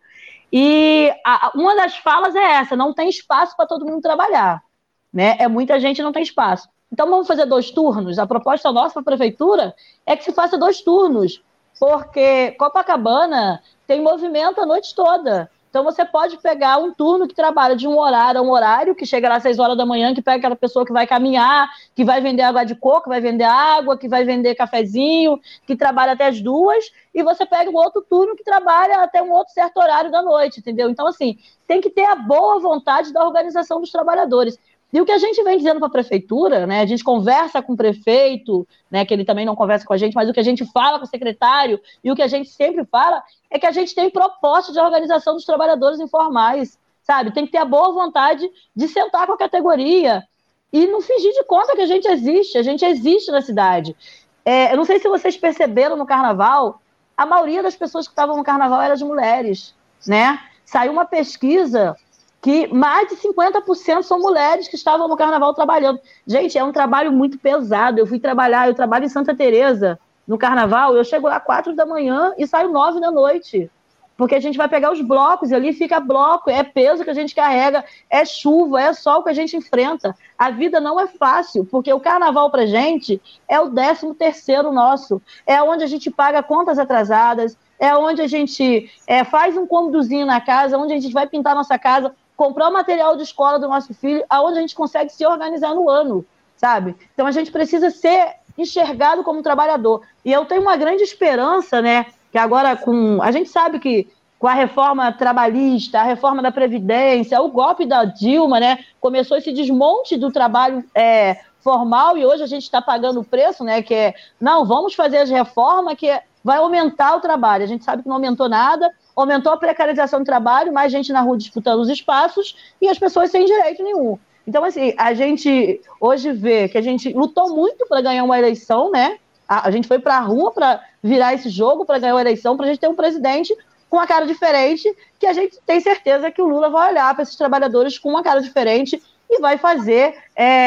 Speaker 2: E a, uma das falas é essa: não tem espaço para todo mundo trabalhar, né? É muita gente e não tem espaço. Então vamos fazer dois turnos. A proposta nossa para a prefeitura é que se faça dois turnos, porque Copacabana tem movimento a noite toda. Então, você pode pegar um turno que trabalha de um horário a um horário, que chega lá às seis horas da manhã, que pega aquela pessoa que vai caminhar, que vai vender água de coco, vai vender água, que vai vender cafezinho, que trabalha até as duas, e você pega um outro turno que trabalha até um outro certo horário da noite, entendeu? Então, assim, tem que ter a boa vontade da organização dos trabalhadores. E o que a gente vem dizendo para a prefeitura, né, a gente conversa com o prefeito, né, que ele também não conversa com a gente, mas o que a gente fala com o secretário e o que a gente sempre fala é que a gente tem proposta de organização dos trabalhadores informais, sabe? Tem que ter a boa vontade de sentar com a categoria e não fingir de conta que a gente existe, a gente existe na cidade. É, eu não sei se vocês perceberam no carnaval, a maioria das pessoas que estavam no carnaval eram de mulheres, né? Saiu uma pesquisa que mais de cinquenta por cento são mulheres que estavam no carnaval trabalhando. Gente, é um trabalho muito pesado. Eu fui trabalhar, eu trabalho em Santa Teresa no carnaval, eu chego lá quatro da manhã e saio nove da noite, porque a gente vai pegar os blocos e ali fica bloco, é peso que a gente carrega, é chuva, é sol que a gente enfrenta. A vida não é fácil, porque o carnaval pra gente é o décimo terceiro nosso, é onde a gente paga contas atrasadas, é onde a gente é, faz um cômodozinho na casa, onde a gente vai pintar nossa casa, comprar o material de escola do nosso filho, aonde a gente consegue se organizar no ano, sabe? Então a gente precisa ser enxergado como trabalhador. E eu tenho uma grande esperança, né, que agora com... A gente sabe que com a reforma trabalhista, a reforma da Previdência, o golpe da Dilma, né, começou esse desmonte do trabalho é, formal e hoje a gente está pagando o preço, né, que é, não, vamos fazer as reformas que vai aumentar o trabalho. A gente sabe que não aumentou nada, aumentou a precarização do trabalho, mais gente na rua disputando os espaços e as pessoas sem direito nenhum. Então, assim, a gente hoje vê que a gente lutou muito para ganhar uma eleição, né? A, a gente foi para a rua para virar esse jogo, para ganhar uma eleição, para a gente ter um presidente com uma cara diferente, que a gente tem certeza que o Lula vai olhar para esses trabalhadores com uma cara diferente e vai fazer,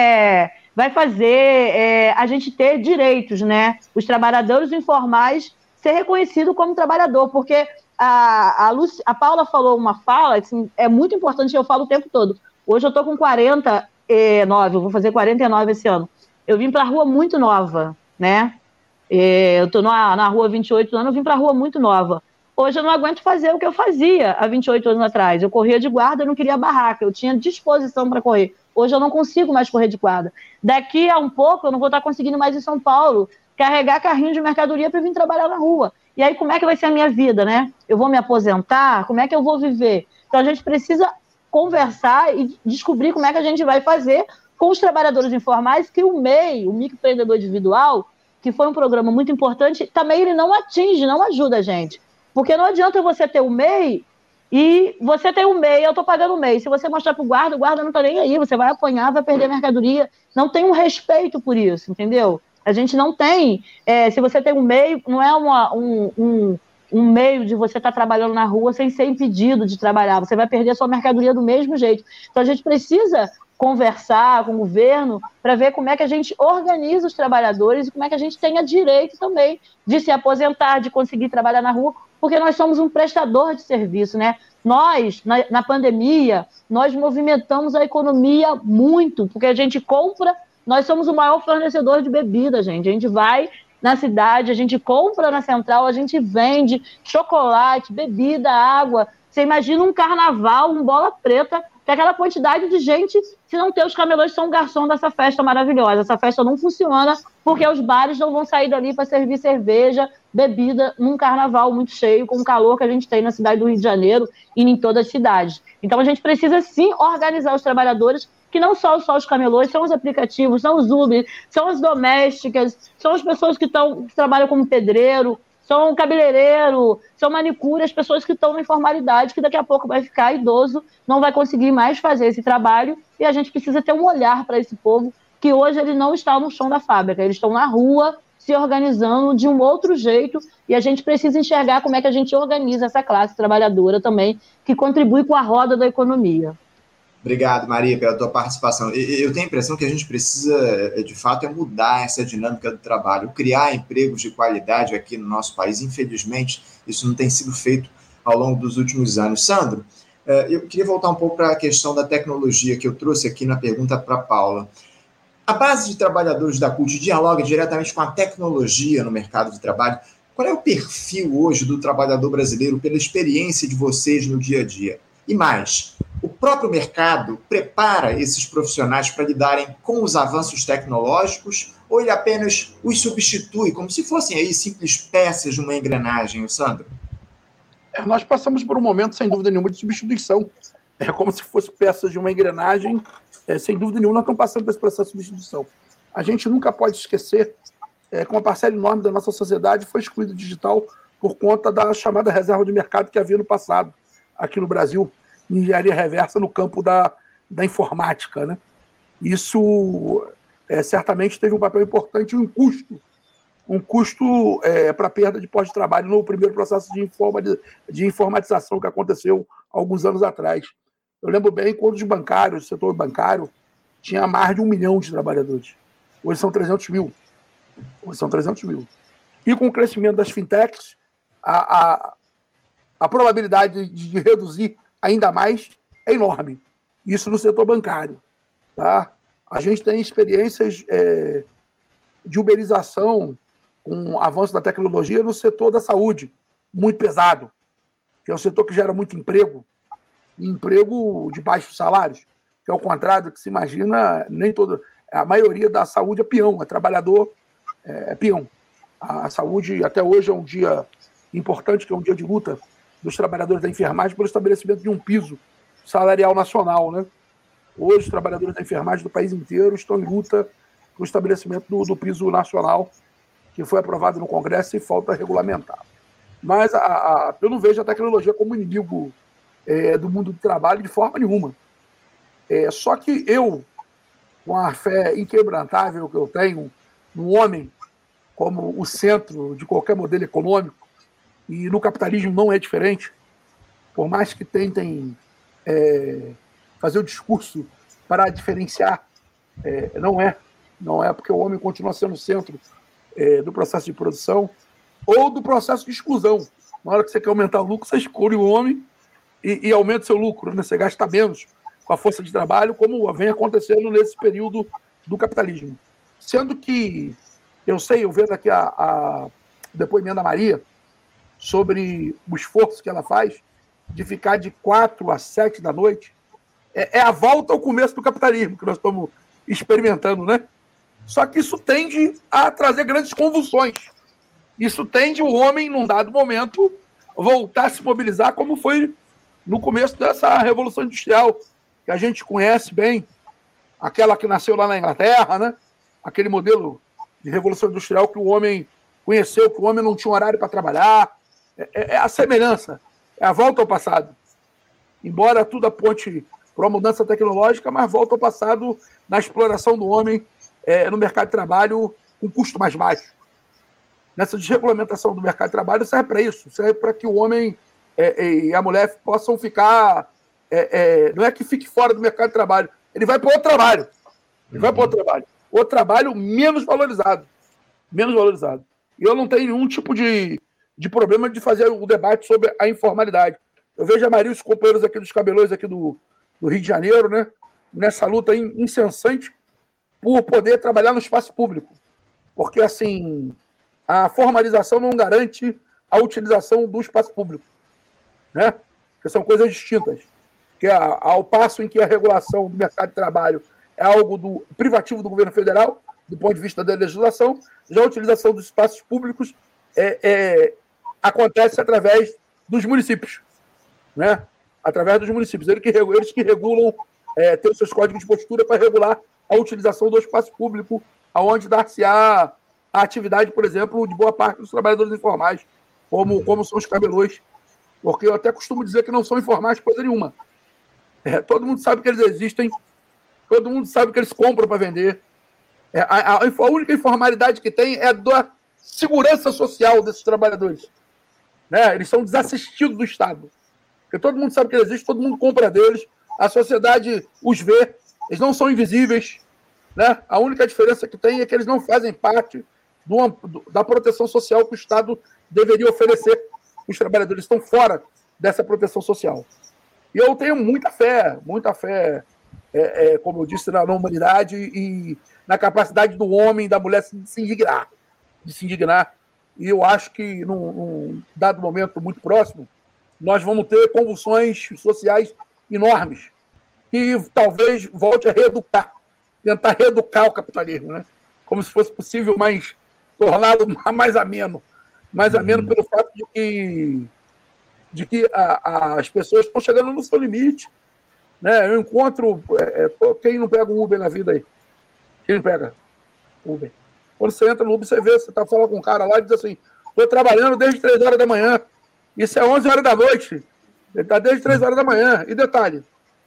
Speaker 2: é, vai fazer é, a gente ter direitos, né? Os trabalhadores informais ser reconhecido como trabalhador, porque a, a, Luci, a Paula falou uma fala, assim, é muito importante, eu falo o tempo todo. Hoje eu tô com quarenta e nove, eu vou fazer quarenta e nove esse ano. Eu vim para a rua muito nova, né? Eu tô na, na rua há vinte e oito anos, eu vim para a rua muito nova. Hoje eu não aguento fazer o que eu fazia há vinte e oito anos atrás. Eu corria de guarda, eu não queria barraca, eu tinha disposição para correr. Hoje eu não consigo mais correr de guarda. Daqui a um pouco eu não vou estar conseguindo mais em São Paulo carregar carrinho de mercadoria para vir trabalhar na rua. E aí como é que vai ser a minha vida, né? Eu vou me aposentar? Como é que eu vou viver? Então a gente precisa conversar e descobrir como é que a gente vai fazer com os trabalhadores informais, que o M E I, o microempreendedor individual, que foi um programa muito importante, também ele não atinge, não ajuda a gente. Porque não adianta você ter o M E I E você tem um M E I, eu estou pagando o M E I. Se você mostrar para o guarda, o guarda não está nem aí, você vai apanhar, vai perder a mercadoria. Não tem um respeito por isso, entendeu? A gente não tem. É, se você tem um M E I, não é uma, um, um, um meio de você estar tá trabalhando na rua sem ser impedido de trabalhar. Você vai perder a sua mercadoria do mesmo jeito. Então a gente precisa conversar com o governo para ver como é que a gente organiza os trabalhadores e como é que a gente tenha direito também de se aposentar, de conseguir trabalhar na rua, porque nós somos um prestador de serviço, né? Nós, na, na pandemia, nós movimentamos a economia muito, porque a gente compra, nós somos o maior fornecedor de bebida, gente. A gente vai na cidade, a gente compra na central, a gente vende chocolate, bebida, água. Você imagina um carnaval, um bola preta, que aquela quantidade de gente, se não ter os camelôs, são garçom dessa festa maravilhosa. Essa festa não funciona porque os bares não vão sair dali para servir cerveja, bebida, num carnaval muito cheio, com o calor que a gente tem na cidade do Rio de Janeiro e em todas as cidades. Então a gente precisa sim organizar os trabalhadores, que não são só os camelôs, são os aplicativos, são os Uber, são as domésticas, são as pessoas que, tão, que trabalham como pedreiro, são cabeleireiro, são manicure, as pessoas que estão na informalidade, que daqui a pouco vai ficar idoso, não vai conseguir mais fazer esse trabalho, e a gente precisa ter um olhar para esse povo, que hoje ele não está no chão da fábrica, eles estão na rua, se organizando de um outro jeito, e a gente precisa enxergar como é que a gente organiza essa classe trabalhadora também, que contribui com a roda da economia.
Speaker 1: Obrigado, Maria, pela tua participação. Eu tenho a impressão que a gente precisa, de fato, é mudar essa dinâmica do trabalho, criar empregos de qualidade aqui no nosso país. Infelizmente, isso não tem sido feito ao longo dos últimos anos. Sandro, eu queria voltar um pouco para a questão da tecnologia que eu trouxe aqui na pergunta para a Paula. A base de trabalhadores da CUT dialoga diretamente com a tecnologia no mercado de trabalho. Qual é o perfil hoje do trabalhador brasileiro pela experiência de vocês no dia a dia? E mais, o próprio mercado prepara esses profissionais para lidarem com os avanços tecnológicos ou ele apenas os substitui, como se fossem aí simples peças de uma engrenagem, Sandro?
Speaker 4: É, nós passamos por um momento, sem dúvida nenhuma, de substituição. É como se fosse peças de uma engrenagem, é, sem dúvida nenhuma, nós estamos passando por esse processo de substituição. A gente nunca pode esquecer é, que uma parcela enorme da nossa sociedade foi excluída do digital por conta da chamada reserva de mercado que havia no passado, aqui no Brasil, engenharia reversa no campo da, da informática, né? Isso é, certamente teve um papel importante e um custo, um custo é, para a perda de postos de trabalho no primeiro processo de, informa, de informatização que aconteceu alguns anos atrás. Eu lembro bem quando os bancários, o setor bancário, tinha mais de um milhão de trabalhadores. Hoje são trezentos mil. Hoje são trezentos mil. E com o crescimento das fintechs, a, a, a probabilidade de, de reduzir ainda mais é enorme. Isso no setor bancário. Tá? A gente tem experiências é, de uberização com o avanço da tecnologia no setor da saúde, muito pesado, que é um setor que gera muito emprego, e emprego de baixos salários, que é o contrário do que se imagina, nem toda, a maioria da saúde é peão, é trabalhador, é, é peão. A saúde, até hoje, é um dia importante, que é um dia de luta dos trabalhadores da enfermagem pelo estabelecimento de um piso salarial nacional, né? Hoje, os trabalhadores da enfermagem do país inteiro estão em luta pelo estabelecimento do, do piso nacional, que foi aprovado no Congresso e falta regulamentar. Mas a, a, eu não vejo a tecnologia como inimigo é, do mundo do trabalho de forma nenhuma. É, só que eu, com a fé inquebrantável que eu tenho no homem como o centro de qualquer modelo econômico, e no capitalismo não é diferente, por mais que tentem é, fazer o discurso para diferenciar, é, não é. Não é porque o homem continua sendo o centro é, do processo de produção ou do processo de exclusão. Na hora que você quer aumentar o lucro, você exclui o homem e, e aumenta o seu lucro, né? Você gasta menos com a força de trabalho, como vem acontecendo nesse período do capitalismo. Sendo que, eu sei, eu vendo aqui a, a, o depoimento da Maria, sobre o esforço que ela faz de ficar de quatro às sete da noite, é, é a volta ao começo do capitalismo que nós estamos experimentando, né? Só que isso tende a trazer grandes convulsões. Isso tende o homem, num dado momento, voltar a se mobilizar, como foi no começo dessa Revolução Industrial, que a gente conhece bem, aquela que nasceu lá na Inglaterra, né? Aquele modelo de Revolução Industrial que o homem conheceu, que o homem não tinha horário para trabalhar. É, é a semelhança, é a volta ao passado. embora tudo aponte para uma mudança tecnológica, mas volta ao passado na exploração do homem é, no mercado de trabalho com custo mais baixo. Nessa desregulamentação do mercado de trabalho serve para isso, serve para que o homem é, e a mulher possam ficar... É, é, não é que fique fora do mercado de trabalho, ele vai para outro trabalho. Ele vai para outro trabalho. Outro trabalho menos valorizado. Menos valorizado. E eu não tenho nenhum tipo de, de problema de fazer o debate sobre a informalidade. Eu vejo a Maria e os companheiros aqui dos cabelões aqui do, do Rio de Janeiro, né, nessa luta incessante por poder trabalhar no espaço público. Porque, assim, a formalização não garante a utilização do espaço público. Né? Porque são coisas distintas. Que ao passo em que a regulação do mercado de trabalho é algo do, privativo do governo federal, do ponto de vista da legislação, já a utilização dos espaços públicos é, é, acontece através dos municípios. Né? Através dos municípios. Eles que, eles que regulam, é, têm os seus códigos de postura para regular a utilização do espaço público, aonde dar-se-á a atividade, por exemplo, de boa parte dos trabalhadores informais, como, como são os cabelões. Porque eu até costumo dizer que não são informais coisa nenhuma. É, todo mundo sabe que eles existem, todo mundo sabe que eles compram para vender. É, a, a, a única informalidade que tem é a da segurança social desses trabalhadores. Né? Eles são desassistidos do Estado. Porque todo mundo sabe que eles existem, todo mundo compra deles, a sociedade os vê, eles não são invisíveis. Né? A única diferença que tem é que eles não fazem parte do, do, da proteção social que o Estado deveria oferecer. Os trabalhadores estão fora dessa proteção social. E eu tenho muita fé, muita fé, é, é, como eu disse, na, na humanidade e na capacidade do homem e da mulher de se indignar. De se indignar. E eu acho que, num, num dado momento muito próximo, nós vamos ter convulsões sociais enormes, que talvez volte a reeducar, tentar reeducar o capitalismo, né? Como se fosse possível, mas torná-lo mais ameno. Mais ameno pelo fato de que, de que a, a, as pessoas estão chegando no seu limite. Né? Eu encontro... É, quem não pega um Uber na vida aí? Quem não pega Uber? Quando você entra no Uber, você vê, você está falando com um cara lá e diz assim, estou trabalhando desde três horas da manhã. Isso é onze horas da noite. Ele está desde três horas da manhã. E detalhe,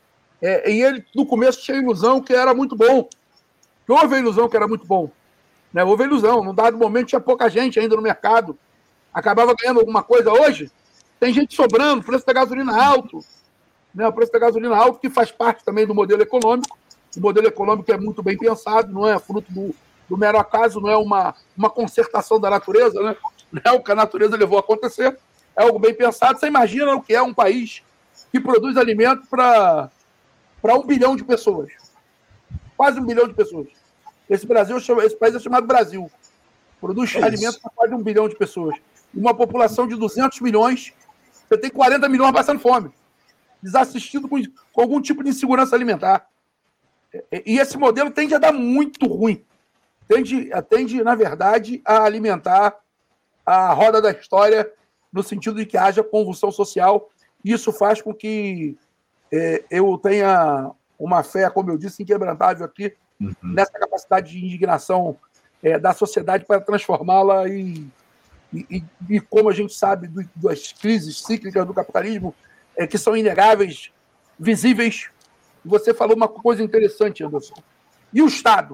Speaker 4: é, e ele, no começo, tinha a ilusão que era muito bom. Que houve a ilusão que era muito bom. Né? Houve a ilusão. Num dado momento, tinha pouca gente ainda no mercado. Acabava ganhando alguma coisa. Hoje, tem gente sobrando, preço da gasolina alto. Né? O preço da gasolina alto, que faz parte também do modelo econômico. O modelo econômico é muito bem pensado, não é fruto do, do mero acaso, não é uma, uma concertação da natureza, né? Não é o que a natureza levou a acontecer. É algo bem pensado. Você imagina o que é um país que produz alimento para um bilhão de pessoas. Quase um bilhão de pessoas. Esse, Brasil, esse país é chamado Brasil. Produz é alimento para quase um bilhão de pessoas. Uma população de duzentos milhões, você tem quarenta milhões passando fome. Desassistido com, com algum tipo de insegurança alimentar. E esse modelo tende a dar muito ruim. Tende, tende, na verdade, a alimentar a roda da história no sentido de que haja convulsão social. E isso faz com que é, eu tenha uma fé, como eu disse, inquebrantável aqui, uhum. nessa capacidade de indignação é, da sociedade para transformá-la e, e, e, como a gente sabe do, das crises cíclicas do capitalismo, é, que são inegáveis, visíveis. Você falou uma coisa interessante, Anderson. E o Estado?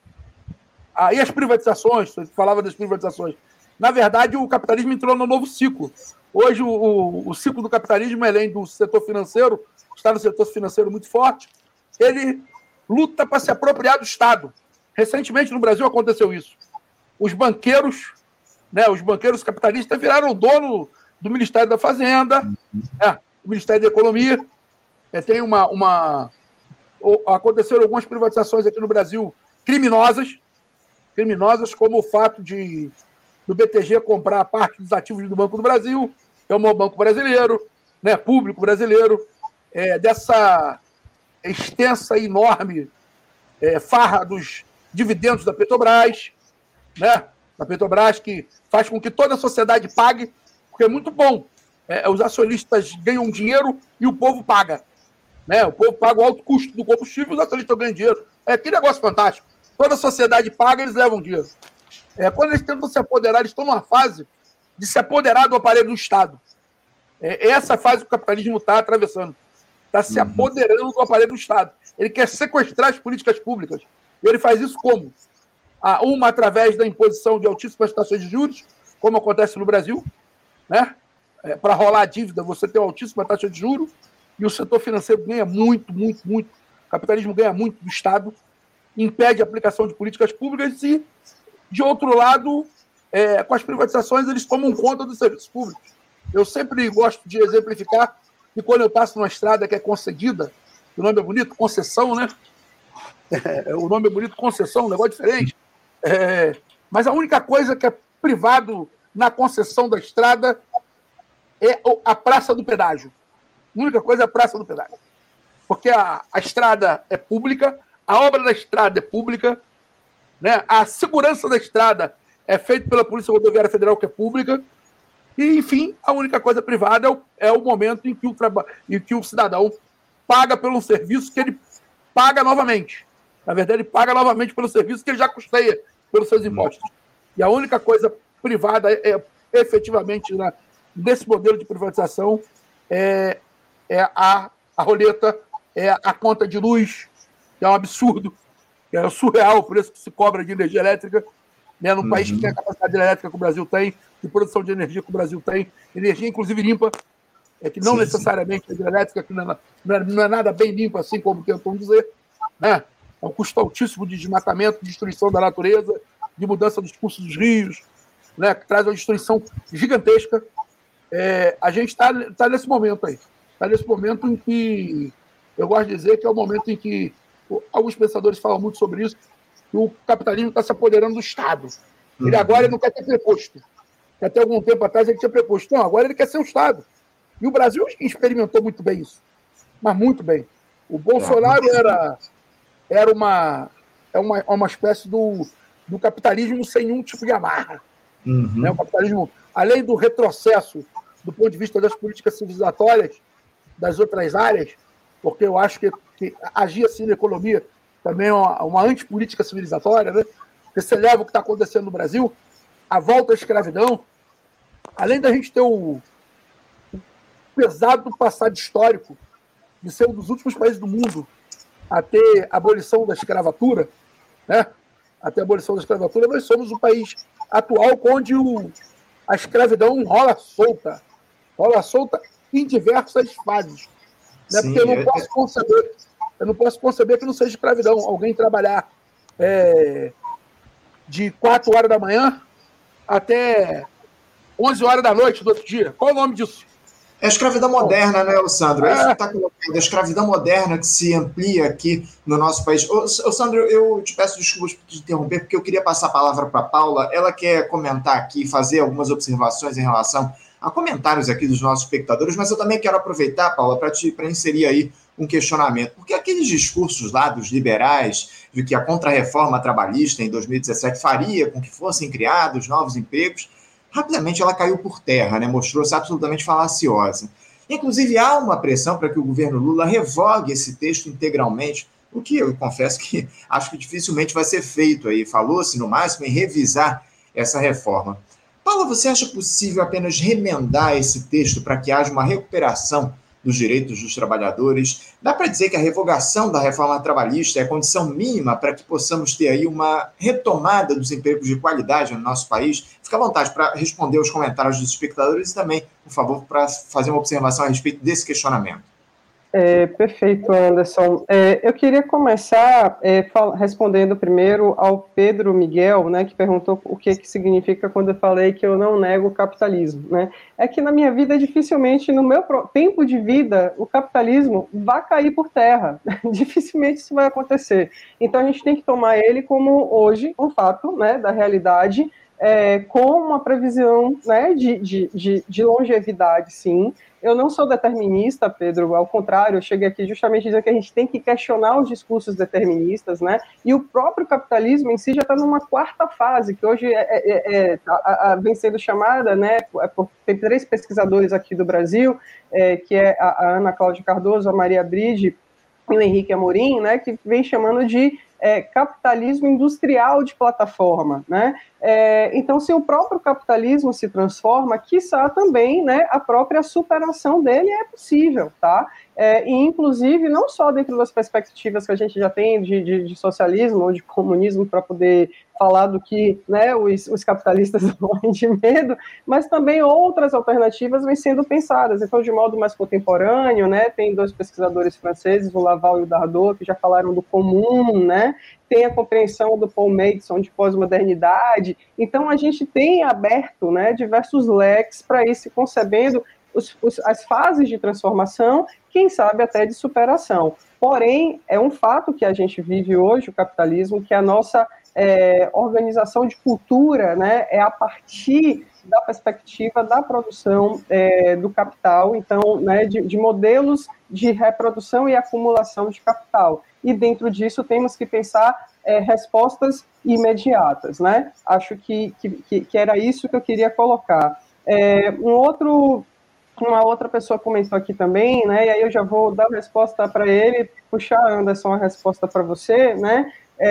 Speaker 4: Ah, e as privatizações? Você falava das privatizações. Na verdade, o capitalismo entrou num novo ciclo. Hoje, o, o, o ciclo do capitalismo, além do setor financeiro, está no setor financeiro muito forte, ele luta para se apropriar do Estado. Recentemente, no Brasil, aconteceu isso. Os banqueiros, né, os banqueiros capitalistas viraram dono do Ministério da Fazenda, né, do Ministério da Economia. É, tem uma, uma... Aconteceram algumas privatizações aqui no Brasil criminosas, criminosas, como o fato de do B T G comprar parte dos ativos do Banco do Brasil, que é o maior banco brasileiro, né, público brasileiro, é, dessa extensa e enorme é, farra dos dividendos da Petrobras, né, da Petrobras, que faz com que toda a sociedade pague, porque é muito bom. É, os acionistas ganham dinheiro e o povo paga. Né? O povo paga o alto custo do combustível e os acionistas ganham dinheiro. É que negócio fantástico. Toda a sociedade paga, eles levam dinheiro. É, quando eles tentam se apoderar, eles estão numa fase de se apoderar do aparelho do Estado. É essa fase que o capitalismo está atravessando. está se apoderando do aparelho do Estado. Ele quer sequestrar as políticas públicas. E ele faz isso como? Ah, uma através da imposição de altíssimas taxas de juros, como acontece no Brasil, né? É, para rolar a dívida, você tem uma altíssima taxa de juros e o setor financeiro ganha muito, muito, muito. O capitalismo ganha muito do Estado, impede a aplicação de políticas públicas e, de outro lado, é, com as privatizações, eles tomam conta dos serviços públicos. Eu sempre gosto de exemplificar que quando eu passo numa estrada que é concedida, o nome é bonito, concessão, né? É, o nome é bonito, concessão, um negócio diferente. É, mas a única coisa que é privado na concessão da estrada é a praça do pedágio. A única coisa é a praça do pedágio. Porque a, a estrada é pública, a obra da estrada é pública, né? A segurança da estrada é feita pela Polícia Rodoviária Federal, que é pública, e, enfim, a única coisa privada é o, é o momento em que o, traba- em que o cidadão paga pelo serviço que ele paga novamente. Na verdade, ele paga novamente pelo serviço que ele já custeia pelos seus impostos. E a única coisa privada, é, é efetivamente, na, nesse modelo de privatização, é, é a, a roleta, é a conta de luz, que é um absurdo, que é surreal o preço que se cobra de energia elétrica, né, num uhum. país que tem a capacidade elétrica que o Brasil tem, de produção de energia que o Brasil tem, energia inclusive limpa, é que não sim, necessariamente sim. a hidrelétrica, que não é, não, é, não é nada bem limpa, assim como tentam dizer, né? É um custo altíssimo de desmatamento, de destruição da natureza, de mudança dos cursos dos rios, né? Que traz uma destruição gigantesca. É, a gente está tá nesse momento aí. Está nesse momento em que, eu gosto de dizer que é o momento em que, alguns pensadores falam muito sobre isso, que o capitalismo está se apoderando do Estado. Ele uhum. agora ele não quer ter preposto. Até algum tempo atrás ele tinha preposto. Não, agora ele quer ser o Estado. E o Brasil experimentou muito bem isso. Mas muito bem. O Bolsonaro era, era uma, é uma, uma espécie do, do capitalismo sem nenhum tipo de amarra. Uhum. Né? O capitalismo, além do retrocesso do ponto de vista das políticas civilizatórias das outras áreas, porque eu acho que, que agir assim na economia também é uma, uma antipolítica civilizatória, né? Porque você leva o que está acontecendo no Brasil, a volta à escravidão, além da gente ter o pesado passado histórico de ser um dos últimos países do mundo a ter a abolição da escravatura, né? A ter a abolição da escravatura, nós somos o país atual onde o, a escravidão rola solta, rola solta em diversas fases. Né? Sim, porque eu não posso conceber, eu não posso conceber que não seja escravidão. Alguém trabalhar é, de quatro horas da manhã até onze horas da noite do outro dia. Qual é o nome disso?
Speaker 1: É a escravidão moderna, né, Sandro? É isso que está colocando. A escravidão moderna que se amplia aqui no nosso país. Ô, ô, Sandro, eu te peço desculpas por te interromper, porque eu queria passar a palavra para a Paula. Ela quer comentar aqui, fazer algumas observações em relação a comentários aqui dos nossos espectadores, mas eu também quero aproveitar, Paula, para inserir aí um questionamento. Porque aqueles discursos lá dos liberais de que a contrarreforma trabalhista em dois mil e dezessete faria com que fossem criados novos empregos, rapidamente ela caiu por terra, né? Mostrou-se absolutamente falaciosa. Inclusive, há uma pressão para que o governo Lula revogue esse texto integralmente, o que eu confesso que acho que dificilmente vai ser feito aí. Falou-se, no máximo, em revisar essa reforma. Paula, você acha possível apenas remendar esse texto para que haja uma recuperação dos direitos dos trabalhadores? Dá para dizer que a revogação da reforma trabalhista é a condição mínima para que possamos ter aí uma retomada dos empregos de qualidade no nosso país? Fica à vontade para responder aos comentários dos espectadores e também, por favor, para fazer uma observação a respeito desse questionamento.
Speaker 3: É, perfeito, Anderson. É, eu queria começar é, fal- respondendo primeiro ao Pedro Miguel, né, que perguntou o que, que significa quando eu falei que eu não nego o capitalismo. Né? É que na minha vida, dificilmente, no meu pro- tempo de vida, o capitalismo vai cair por terra. Dificilmente isso vai acontecer. Então a gente tem que tomar ele como, hoje, um fato, né, da realidade, é, com uma previsão, né, de, de, de, de longevidade, sim. Eu não sou determinista, Pedro, ao contrário, eu cheguei aqui justamente dizendo que a gente tem que questionar os discursos deterministas, né? E o próprio capitalismo em si já está numa quarta fase, que hoje é, é, é, a, a, vem sendo chamada, né? Por, tem três pesquisadores aqui do Brasil, é, que é a, a Ana Cláudia Cardoso, a Maria Bride e o Henrique Amorim, né? Que vem chamando de é, capitalismo industrial de plataforma, né? É, então, se o próprio capitalismo se transforma, quiçá também, né, a própria superação dele é possível, tá? É, e, inclusive, não só dentro das perspectivas que a gente já tem de, de, de socialismo ou de comunismo para poder falar do que, né, os, os capitalistas morrem de medo, mas também outras alternativas vêm sendo pensadas. Então, de modo mais contemporâneo, né, tem dois pesquisadores franceses, o Laval e o Dardot, que já falaram do comum, né, tem a compreensão do Paul Mason de pós-modernidade. Então, a gente tem aberto, né, diversos leques para ir se concebendo os, os, as fases de transformação, quem sabe até de superação. Porém, é um fato que a gente vive hoje, o capitalismo, que a nossa é, organização de cultura, né, é a partir da perspectiva da produção é, do capital, então, né, de, de modelos de reprodução e acumulação de capital. E dentro disso temos que pensar é, respostas imediatas, né? Acho que, que, que era isso que eu queria colocar. É, um outro, uma outra pessoa comentou aqui também, né? E aí eu já vou dar a resposta para ele, puxar, Anderson, a resposta para você, né?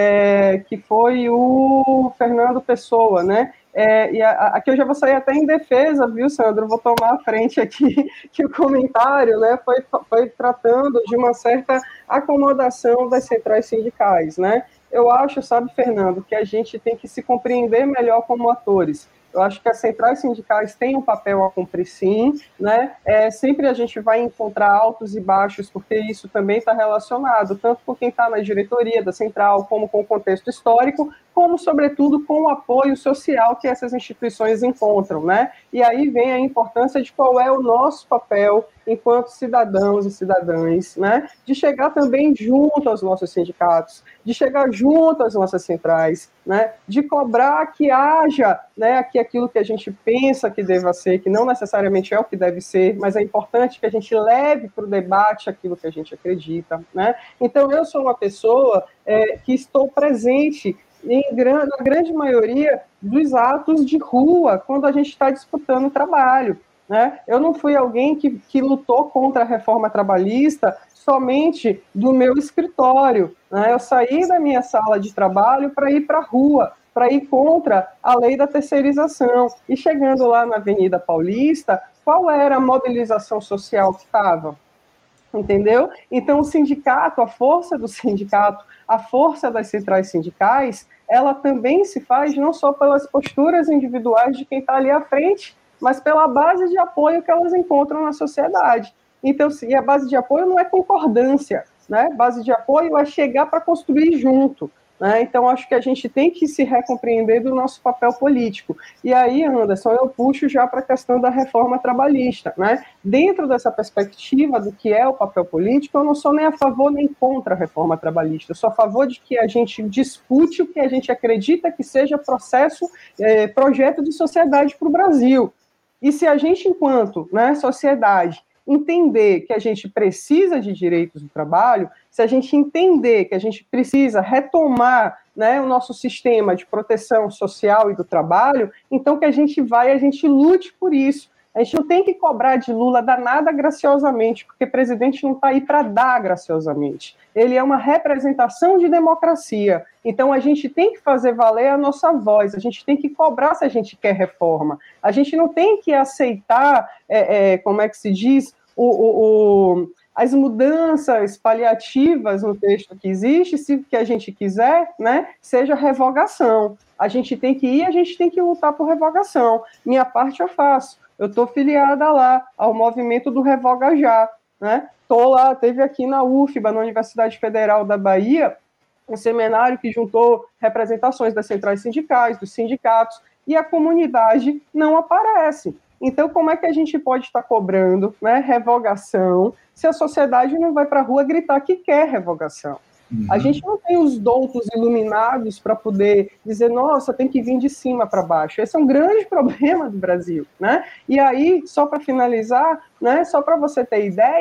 Speaker 3: É, que foi o Fernando Pessoa, né? É, e a, a, aqui eu já vou sair até em defesa, viu, Sandro? Vou tomar a frente aqui, que o comentário, né, foi, foi tratando de uma certa acomodação das centrais sindicais, né? Eu acho, sabe, Fernando, que a gente tem que se compreender melhor como atores. Eu acho que as centrais sindicais têm um papel a cumprir, sim, né? É, sempre a gente vai encontrar altos e baixos, porque isso também está relacionado, tanto com quem está na diretoria da central, como com o contexto histórico, como, sobretudo, com o apoio social que essas instituições encontram, né? E aí vem a importância de qual é o nosso papel enquanto cidadãos e cidadãs, né? De chegar também junto aos nossos sindicatos, de chegar junto às nossas centrais, né? De cobrar que haja, né, que aquilo que a gente pensa que deva ser, que não necessariamente é o que deve ser, mas é importante que a gente leve para o debate aquilo que a gente acredita, né? Então, eu sou uma pessoa é, que estou presente em, na grande maioria dos atos de rua, quando a gente está disputando o trabalho, né? Eu não fui alguém que, que lutou contra a reforma trabalhista somente do meu escritório, né? Eu saí da minha sala de trabalho para ir para a rua, para ir contra a lei da terceirização. E chegando lá na Avenida Paulista, qual era a mobilização social que estava? Entendeu? Então, o sindicato, a força do sindicato, a força das centrais sindicais, ela também se faz não só pelas posturas individuais de quem está ali à frente, mas pela base de apoio que elas encontram na sociedade. Então, e a base de apoio não é concordância, né? Base de apoio é chegar para construir junto, né? Então, acho que a gente tem que se recompreender do nosso papel político. E aí, Anderson, eu puxo já para a questão da reforma trabalhista, né? Dentro dessa perspectiva do que é o papel político, eu não sou nem a favor nem contra a reforma trabalhista, eu sou a favor de que a gente discute o que a gente acredita que seja processo, é, projeto de sociedade para o Brasil. E se a gente, enquanto, né, sociedade, entender que a gente precisa de direitos do trabalho, se a gente entender que a gente precisa retomar, né, o nosso sistema de proteção social e do trabalho, então que a gente vai, a gente lute por isso. A gente não tem que cobrar de Lula dar nada graciosamente, porque o presidente não está aí para dar graciosamente. Ele é uma representação de democracia. Então, a gente tem que fazer valer a nossa voz, a gente tem que cobrar se a gente quer reforma. A gente não tem que aceitar, é, é, como é que se diz, o, o, o, as mudanças paliativas no texto que existe, se o que a gente quiser, né, seja revogação. A gente tem que ir, a gente tem que lutar por revogação. Minha parte eu faço. Eu estou filiada lá ao movimento do Revoga Já, né? Estou lá, teve aqui na U F B A, na Universidade Federal da Bahia, um seminário que juntou representações das centrais sindicais, dos sindicatos, e a comunidade não aparece. Então, como é que a gente pode estar cobrando, né, revogação se a sociedade não vai para a rua gritar que quer revogação? Uhum. A gente não tem os doutos iluminados para poder dizer, nossa, tem que vir de cima para baixo. Esse é um grande problema do Brasil, né? E aí, só para finalizar, né, só para você ter ideia,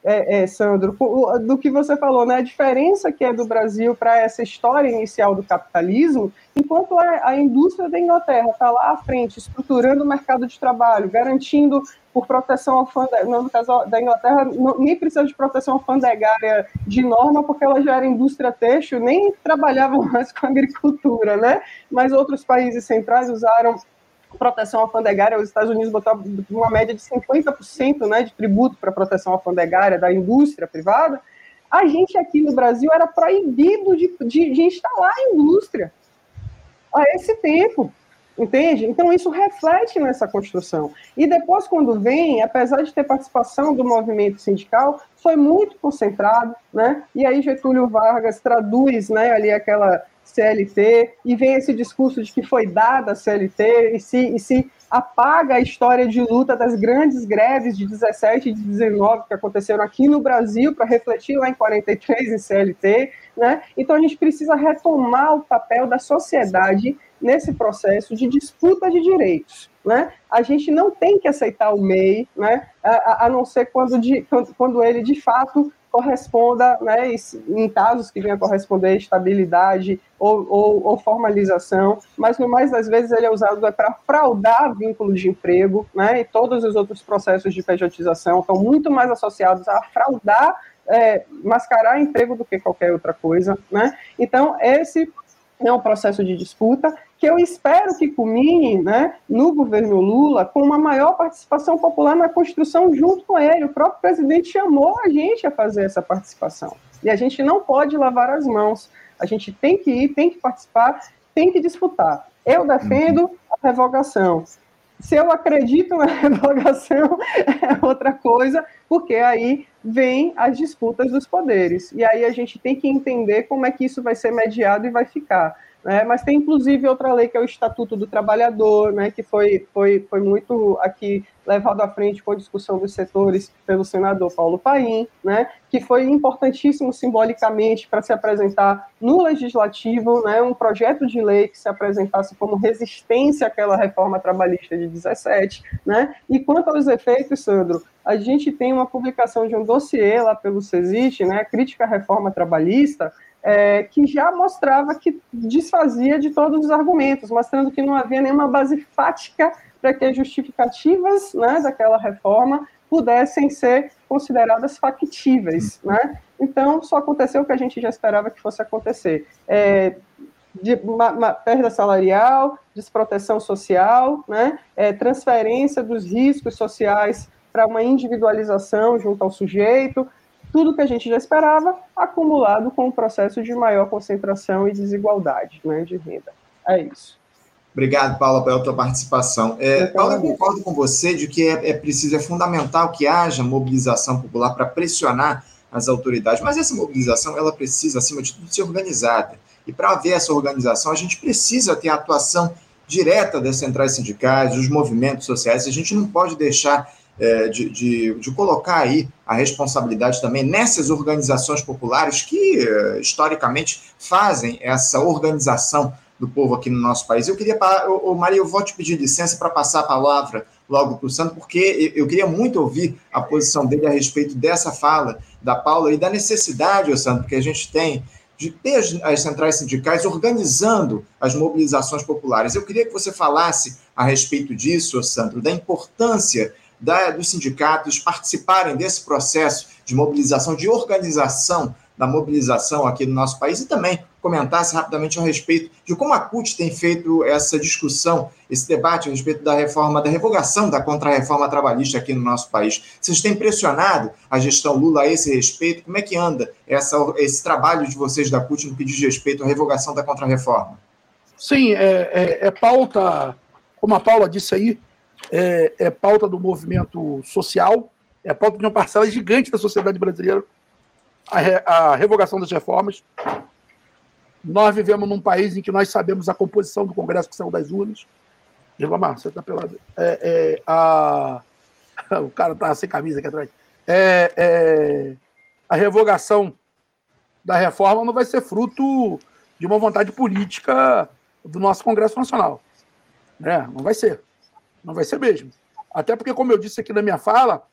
Speaker 3: é, é, Sandro, do que você falou, né? A diferença que é do Brasil para essa história inicial do capitalismo, enquanto a, a indústria da Inglaterra está lá à frente, estruturando o mercado de trabalho, garantindo por proteção alfandegária, no caso da Inglaterra, não, nem precisa de proteção alfandegária de norma, porque ela já era indústria têxtil, nem trabalhava mais com agricultura, né? Mas outros países centrais usaram proteção alfandegária. Os Estados Unidos botaram uma média de cinquenta por cento, né, de tributo para proteção alfandegária da indústria privada. A gente aqui no Brasil era proibido de, de, de instalar a indústria a esse tempo, entende? Então isso reflete nessa construção. E depois, quando vem, apesar de ter participação do movimento sindical, foi muito concentrado, né? E aí Getúlio Vargas traduz, né, ali aquela C L T, e vem esse discurso de que foi dada a C L T, e se, e se apaga a história de luta das grandes greves de dezessete e de dezenove que aconteceram aqui no Brasil, para refletir lá em quarenta e três em C L T, né? Então a gente precisa retomar o papel da sociedade nesse processo de disputa de direitos, né? A gente não tem que aceitar o M E I, né? a, a não ser quando, de, quando ele, de fato, corresponda, né, em casos que venha corresponder estabilidade ou, ou, ou formalização, mas no mais das vezes ele é usado para fraudar vínculo de emprego, né, e todos os outros processos de pejotização estão muito mais associados a fraudar, é, mascarar emprego do que qualquer outra coisa, né? Então esse é um processo de disputa que eu espero que culmine, né, no governo Lula com uma maior participação popular na construção junto com ele. O próprio presidente chamou a gente a fazer essa participação. E a gente não pode lavar as mãos. A gente tem que ir, tem que participar, tem que disputar. Eu defendo a revogação. Se eu acredito na revogação, é outra coisa, porque aí vem as disputas dos poderes. E aí a gente tem que entender como é que isso vai ser mediado e vai ficar. Né? Mas tem, inclusive, outra lei, que é o Estatuto do Trabalhador, né, que foi, foi, foi muito aqui levado à frente com a discussão dos setores pelo senador Paulo Paim, né, que foi importantíssimo simbolicamente para se apresentar no Legislativo, né, um projeto de lei que se apresentasse como resistência àquela reforma trabalhista de dezessete. Né? E quanto aos efeitos, Sandro, a gente tem uma publicação de um dossiê lá pelo CESIT, né, Crítica à Reforma Trabalhista, É, que já mostrava que desfazia de todos os argumentos, mostrando que não havia nenhuma base fática para que as justificativas, né, daquela reforma pudessem ser consideradas factíveis. Né? Então, só aconteceu o que a gente já esperava que fosse acontecer. É, de uma, uma perda salarial, desproteção social, né, é, transferência dos riscos sociais para uma individualização junto ao sujeito, tudo que a gente já esperava, acumulado com um processo de maior concentração e desigualdade, né, de renda. É isso.
Speaker 1: Obrigado, Paula, pela tua participação. É, Paula, eu concordo com você de que é, é preciso, é fundamental que haja mobilização popular para pressionar as autoridades, mas essa mobilização, ela precisa, acima de tudo, ser organizada. E para haver essa organização, a gente precisa ter a atuação direta das centrais sindicais, dos movimentos sociais. A gente não pode deixar É, de, de, de colocar aí a responsabilidade também nessas organizações populares que, uh, historicamente, fazem essa organização do povo aqui no nosso país. Eu queria, ô, ô, Maria, eu vou te pedir licença para passar a palavra logo para o Sandro, porque eu queria muito ouvir a posição dele a respeito dessa fala da Paula e da necessidade, ô, Sandro, que a gente tem de ter as, as centrais sindicais organizando as mobilizações populares. Eu queria que você falasse a respeito disso, ô, Sandro, da importância Da, dos sindicatos participarem desse processo de mobilização, de organização da mobilização aqui no nosso país, e também comentasse rapidamente a respeito de como a C U T tem feito essa discussão, esse debate a respeito da reforma, da revogação da contra-reforma trabalhista aqui no nosso país. Vocês têm pressionado a gestão Lula a esse respeito? Como é que anda essa, esse trabalho de vocês da C U T no que diz respeito à revogação da contra-reforma?
Speaker 4: Sim, é, é, é pauta, como a Paula disse aí, É, é pauta do movimento social, é pauta de uma parcela gigante da sociedade brasileira, a, re, a revogação das reformas. Nós vivemos num país em que nós sabemos a composição do Congresso que saiu das urnas. Gilmar, você está pelado. É, é, a... O cara está sem camisa aqui atrás. É, é... A revogação da reforma não vai ser fruto de uma vontade política do nosso Congresso Nacional. Né? Não vai ser. Não vai ser mesmo. Até porque, como eu disse aqui na minha fala,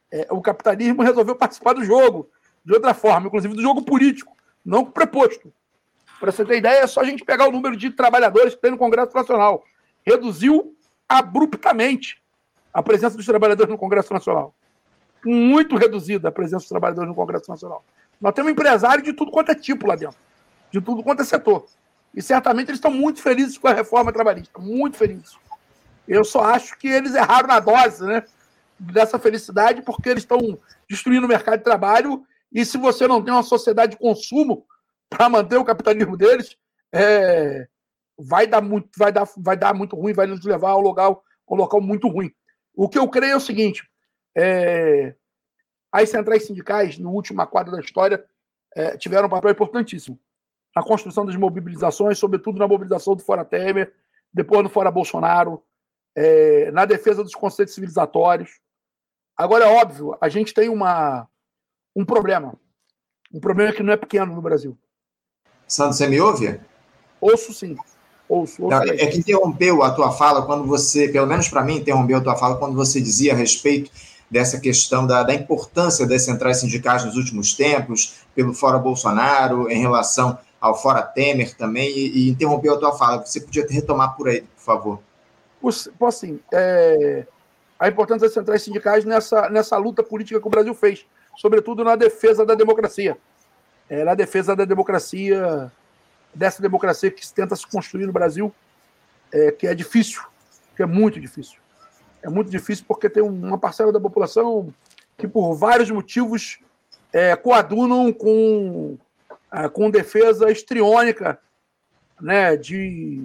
Speaker 4: É, o capitalismo resolveu participar do jogo de outra forma, inclusive do jogo político, não com preposto. Para você ter ideia, é só a gente pegar o número de trabalhadores que tem no Congresso Nacional. Reduziu abruptamente a presença dos trabalhadores no Congresso Nacional. Muito reduzida a presença dos trabalhadores no Congresso Nacional. Nós temos empresários de tudo quanto é tipo lá dentro, de tudo quanto é setor. E certamente eles estão muito felizes com a reforma trabalhista, muito felizes. Eu só acho que eles erraram na dose, né, dessa felicidade, porque eles estão destruindo o mercado de trabalho, e se você não tem uma sociedade de consumo para manter o capitalismo deles, é, vai, dar muito, vai, dar, vai dar muito ruim, vai nos levar ao local, ao local muito ruim. O que eu creio é o seguinte, é, as centrais sindicais, no último quadro da história, é, tiveram um papel importantíssimo na construção das mobilizações, sobretudo na mobilização do Fora Temer, depois do Fora Bolsonaro, é, na defesa dos conceitos civilizatórios. Agora, é óbvio, a gente tem uma, um problema. Um problema que não é pequeno no Brasil.
Speaker 1: Santos, você me ouve?
Speaker 4: Ouço sim. Ouço, ouço
Speaker 1: não, é que interrompeu a tua fala quando você, pelo menos para mim, interrompeu a tua fala quando você dizia a respeito dessa questão da, da importância das centrais sindicais nos últimos tempos, pelo Fora Bolsonaro, em relação ao Fora Temer também, e, e interrompeu a tua fala. Você podia retomar por aí, por favor.
Speaker 4: Assim, é, a importância das centrais sindicais nessa, nessa luta política que o Brasil fez, sobretudo na defesa da democracia. É, na defesa da democracia, dessa democracia que se tenta se construir no Brasil, é, que é difícil, que é muito difícil. É muito difícil porque tem uma parcela da população que, por vários motivos, é, coadunam com, é, com defesa histriônica, né, de,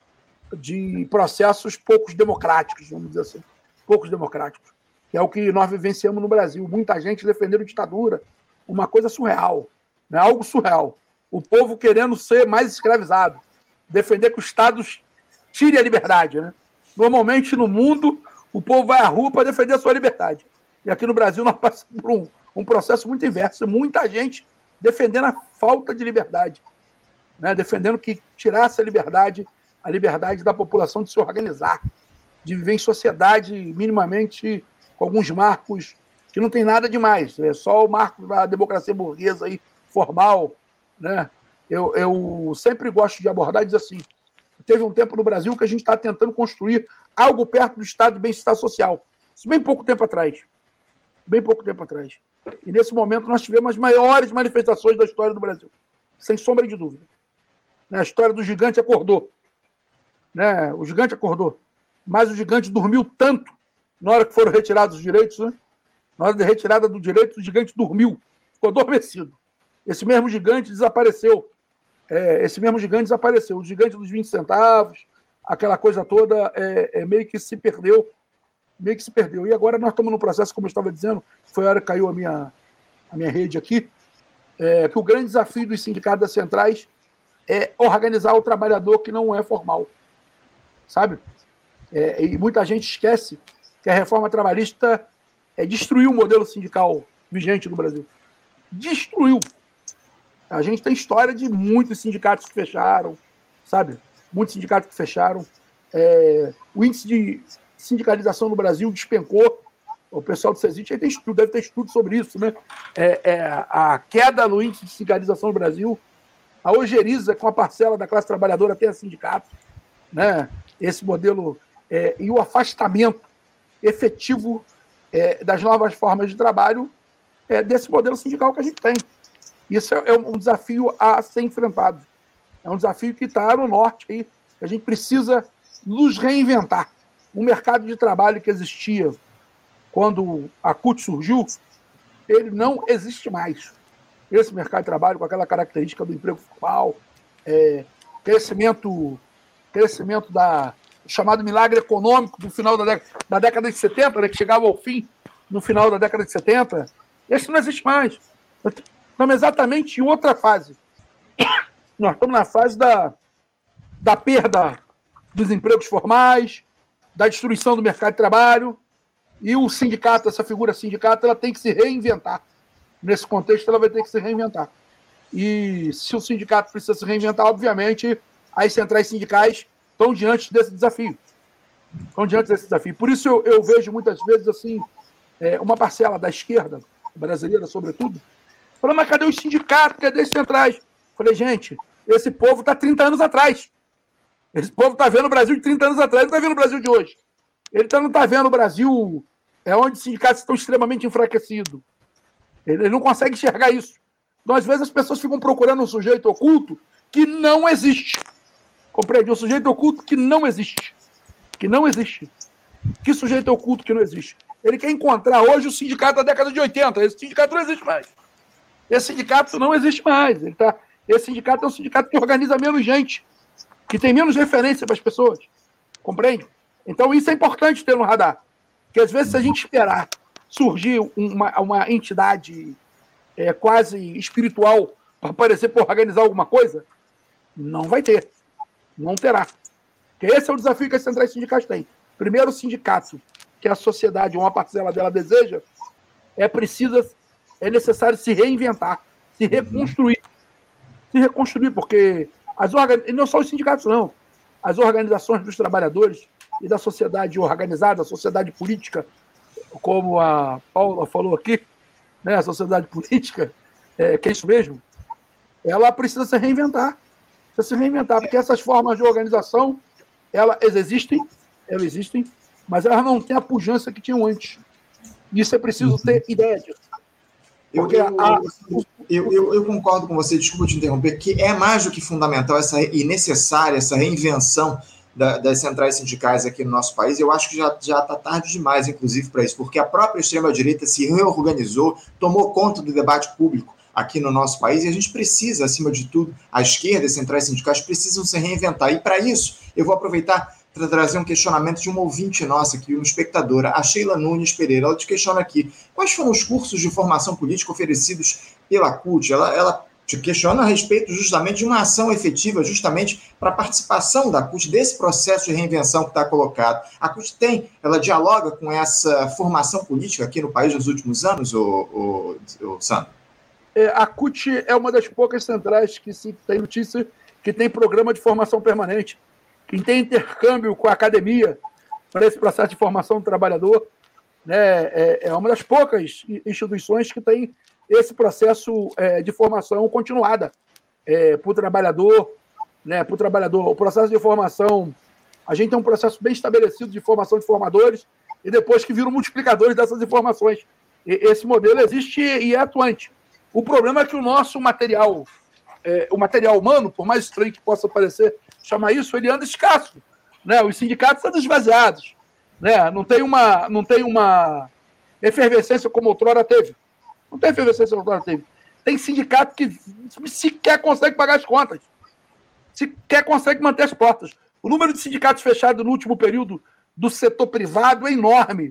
Speaker 4: de processos poucos democráticos, vamos dizer assim, poucos democráticos, que é o que nós vivenciamos no Brasil. Muita gente defendendo ditadura, uma coisa surreal, né, algo surreal. O povo querendo ser mais escravizado, defender que os estados tirem a liberdade, né? Normalmente, no mundo, o povo vai à rua para defender a sua liberdade. E aqui no Brasil, nós passamos por um, um processo muito inverso. Muita gente defendendo a falta de liberdade, né? Defendendo que tirasse a liberdade, a liberdade da população de se organizar, de viver em sociedade minimamente com alguns marcos que não tem nada demais. É só o marco da democracia burguesa aí, formal, né? Eu, eu sempre gosto de abordar e dizer assim, teve um tempo no Brasil que a gente está tentando construir algo perto do estado de bem-estar social. Isso bem pouco tempo atrás. Bem pouco tempo atrás. E nesse momento nós tivemos as maiores manifestações da história do Brasil. Sem sombra de dúvida. A história do gigante acordou. Né? O gigante acordou. Mas o gigante dormiu tanto na hora que foram retirados os direitos, né? Na hora da retirada do direito, o gigante dormiu. Ficou adormecido. Esse mesmo gigante desapareceu. É, esse mesmo gigante desapareceu. O gigante dos vinte centavos, aquela coisa toda, é, é, meio que se perdeu. Meio que se perdeu. E agora nós estamos no processo, como eu estava dizendo, foi a hora que caiu a minha, a minha rede aqui, é, que o grande desafio dos sindicatos das centrais é organizar o trabalhador que não é formal. Sabe? É, e muita gente esquece que a reforma trabalhista é, destruiu o modelo sindical vigente no Brasil. Destruiu. A gente tem história de muitos sindicatos que fecharam, sabe? Muitos sindicatos que fecharam. É, o índice de sindicalização no Brasil despencou. O pessoal do CESIT tem estudo, deve ter estudo sobre isso, né? É, é, a queda no índice de sindicalização no Brasil, a ojeriza com a parcela da classe trabalhadora até a sindicato, né? Esse modelo é, e o afastamento efetivo é, das novas formas de trabalho é, desse modelo sindical que a gente tem. Isso é um desafio a ser enfrentado. É um desafio que está no norte aí. A gente precisa nos reinventar. O mercado de trabalho que existia quando a C U T surgiu, ele não existe mais. Esse mercado de trabalho com aquela característica do emprego formal, é, crescimento, crescimento da chamado milagre econômico do final da década, da década de setenta, né, que chegava ao fim no final da década de setenta, esse não existe mais. Estamos exatamente em outra fase. Nós estamos na fase da, da perda dos empregos formais, da destruição do mercado de trabalho, e o sindicato, essa figura sindicato, ela tem que se reinventar. Nesse contexto, ela vai ter que se reinventar. E se o sindicato precisa se reinventar, obviamente, as centrais sindicais estão diante desse desafio. Estão diante desse desafio. Por isso eu, eu vejo muitas vezes assim, é, uma parcela da esquerda brasileira, sobretudo, falando, mas cadê os sindicatos, cadê os centrais? Falei, gente, esse povo está trinta anos atrás. Esse povo está vendo o Brasil de trinta anos atrás, não está vendo o Brasil de hoje. Ele tá, não está vendo o Brasil é onde os sindicatos estão extremamente enfraquecidos. Ele não consegue enxergar isso. Então, às vezes, as pessoas ficam procurando um sujeito oculto que não existe. Compreende? Um sujeito oculto que não existe. Que não existe. Que sujeito oculto que não existe? Ele quer encontrar hoje o sindicato da década de oitenta. Esse sindicato não existe mais. Esse sindicato não existe mais. Ele tá... Esse sindicato é um sindicato que organiza menos gente, que tem menos referência para as pessoas. Compreende? Então, isso é importante ter no radar. Porque, às vezes, se a gente esperar surgir uma, uma entidade é, quase espiritual para aparecer para organizar alguma coisa, não vai ter. Não terá. Porque esse é o desafio que as centrais sindicais têm. Primeiro, o sindicato, que a sociedade, uma parcela dela deseja, é precisa, é necessário se reinventar, se reconstruir. Se reconstruir, porque as organ... não só os sindicatos, não. As organizações dos trabalhadores e da sociedade organizada, a sociedade política, como a Paula falou aqui, né, a sociedade política, é, que é isso mesmo, ela precisa se reinventar. Precisa se reinventar, porque essas formas de organização, elas existem, elas existem, mas elas não têm a pujança que tinham antes. Isso é preciso ter ideia disso.
Speaker 1: Eu, eu, a... eu, eu, eu concordo com você, desculpa te interromper, que é mais do que fundamental essa, e necessária essa reinvenção da, das centrais sindicais aqui no nosso país. Eu acho que já já está tarde demais, inclusive, para isso, porque a própria extrema-direita se reorganizou, tomou conta do debate público aqui no nosso país, e a gente precisa, acima de tudo, a esquerda e as centrais sindicais precisam se reinventar. E, para isso, eu vou aproveitar para trazer um questionamento de uma ouvinte nossa aqui, uma espectadora, a Sheila Nunes Pereira. Ela te questiona aqui, quais foram os cursos de formação política oferecidos pela C U T? Ela, ela te questiona a respeito justamente de uma ação efetiva, justamente para a participação da C U T, desse processo de reinvenção que está colocado. A C U T tem, ela dialoga com essa formação política aqui no país nos últimos anos, ô, ô, ô, Sandro?
Speaker 4: É, a C U T é uma das poucas centrais que se tem notícia que tem programa de formação permanente, que tem intercâmbio com a academia para esse processo de formação do trabalhador, né? É, é uma das poucas instituições que tem esse processo é, de formação continuada é, para o trabalhador, né? Para o trabalhador. O processo de formação, a gente tem um processo bem estabelecido de formação de formadores e depois que viram multiplicadores dessas informações. E, esse modelo existe e é atuante. O problema é que o nosso material, é, o material humano, por mais estranho que possa parecer chamar isso, ele anda escasso, né? Os sindicatos são esvaziados, né? Não tem uma, não tem uma efervescência como outrora teve. Não tem efervescência como outrora teve. Tem sindicato que sequer consegue pagar as contas, sequer consegue manter as portas. O número de sindicatos fechados no último período do setor privado é enorme,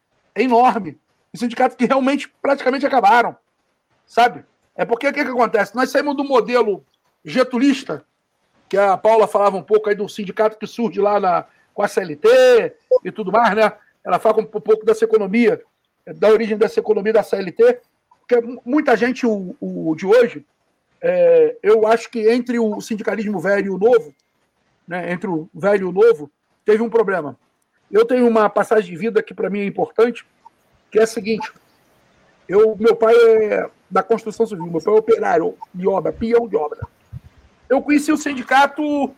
Speaker 4: é enorme. Os sindicatos que realmente praticamente acabaram, sabe? É porque o que, que acontece? Nós saímos do modelo getulista, que a Paula falava um pouco aí do sindicato que surge lá na, com a C L T e tudo mais, né? Ela fala um pouco dessa economia, da origem dessa economia da C L T, porque muita gente, o, o de hoje, é, eu acho que entre o sindicalismo velho e o novo, né, entre o velho e o novo, teve um problema. Eu tenho uma passagem de vida que para mim é importante, que é a seguinte: eu, meu pai é da construção civil, meu pai é operário de obra, peão de obra. Eu conheci o sindicato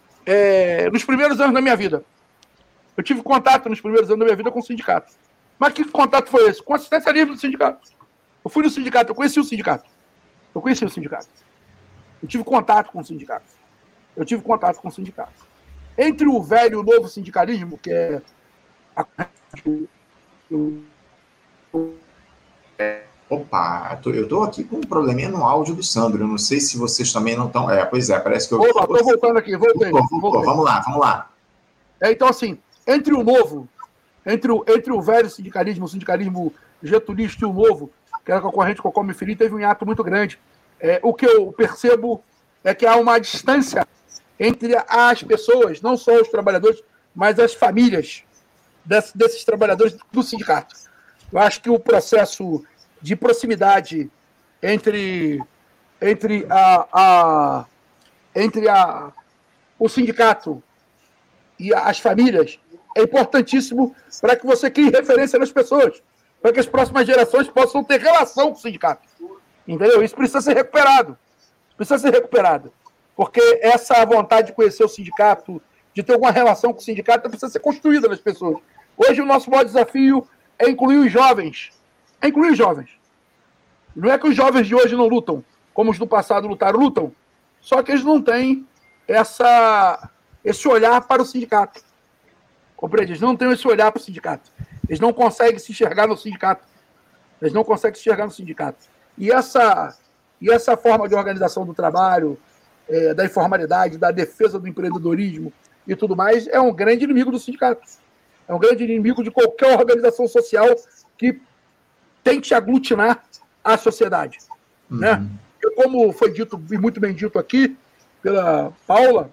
Speaker 4: é, nos primeiros anos da minha vida. Eu tive contato nos primeiros anos da minha vida com o sindicato. Mas que contato foi esse? Com assistencialismo do sindicato. Eu fui no sindicato, eu conheci o sindicato. Eu conheci o sindicato. Eu tive contato com o sindicato. Eu tive contato com o sindicato. Entre o velho e o novo sindicalismo, que é a...
Speaker 1: Opa, eu estou aqui com um probleminha no áudio do Sandro. Eu não sei se vocês também não estão... É, pois é, parece que eu...
Speaker 4: Opa, estou voltando aqui, voltei.
Speaker 1: Voltou, voltou. Vamos lá, vamos lá.
Speaker 4: É, então, assim, entre o novo, entre o, entre o velho sindicalismo, o sindicalismo getulista e o novo, que era concorrente com o qual me feri, teve um hiato muito grande. É, o que eu percebo é que há uma distância entre as pessoas, não só os trabalhadores, mas as famílias desse, desses trabalhadores do sindicato. Eu acho que o processo de proximidade entre, entre, a, a, entre a, o sindicato e as famílias é importantíssimo para que você crie referência nas pessoas. para que as próximas gerações possam ter relação com o sindicato. Entendeu? Isso precisa ser recuperado. Precisa ser recuperado. Porque essa vontade de conhecer o sindicato, de ter alguma relação com o sindicato, precisa ser construída nas pessoas. Hoje o nosso maior desafio é incluir os jovens. É incluir os jovens. Não é que os jovens de hoje não lutam, como os do passado lutaram, lutam. Só que eles não têm essa, esse olhar para o sindicato. Compreende? Eles não têm esse olhar para o sindicato. Eles não conseguem se enxergar no sindicato. Eles não conseguem se enxergar no sindicato. E essa, e essa forma de organização do trabalho, é, da informalidade, da defesa do empreendedorismo e tudo mais, é um grande inimigo do sindicato. É um grande inimigo de qualquer organização social que tente aglutinar a sociedade. Uhum. Né? E como foi dito, e muito bem dito aqui, pela Paula,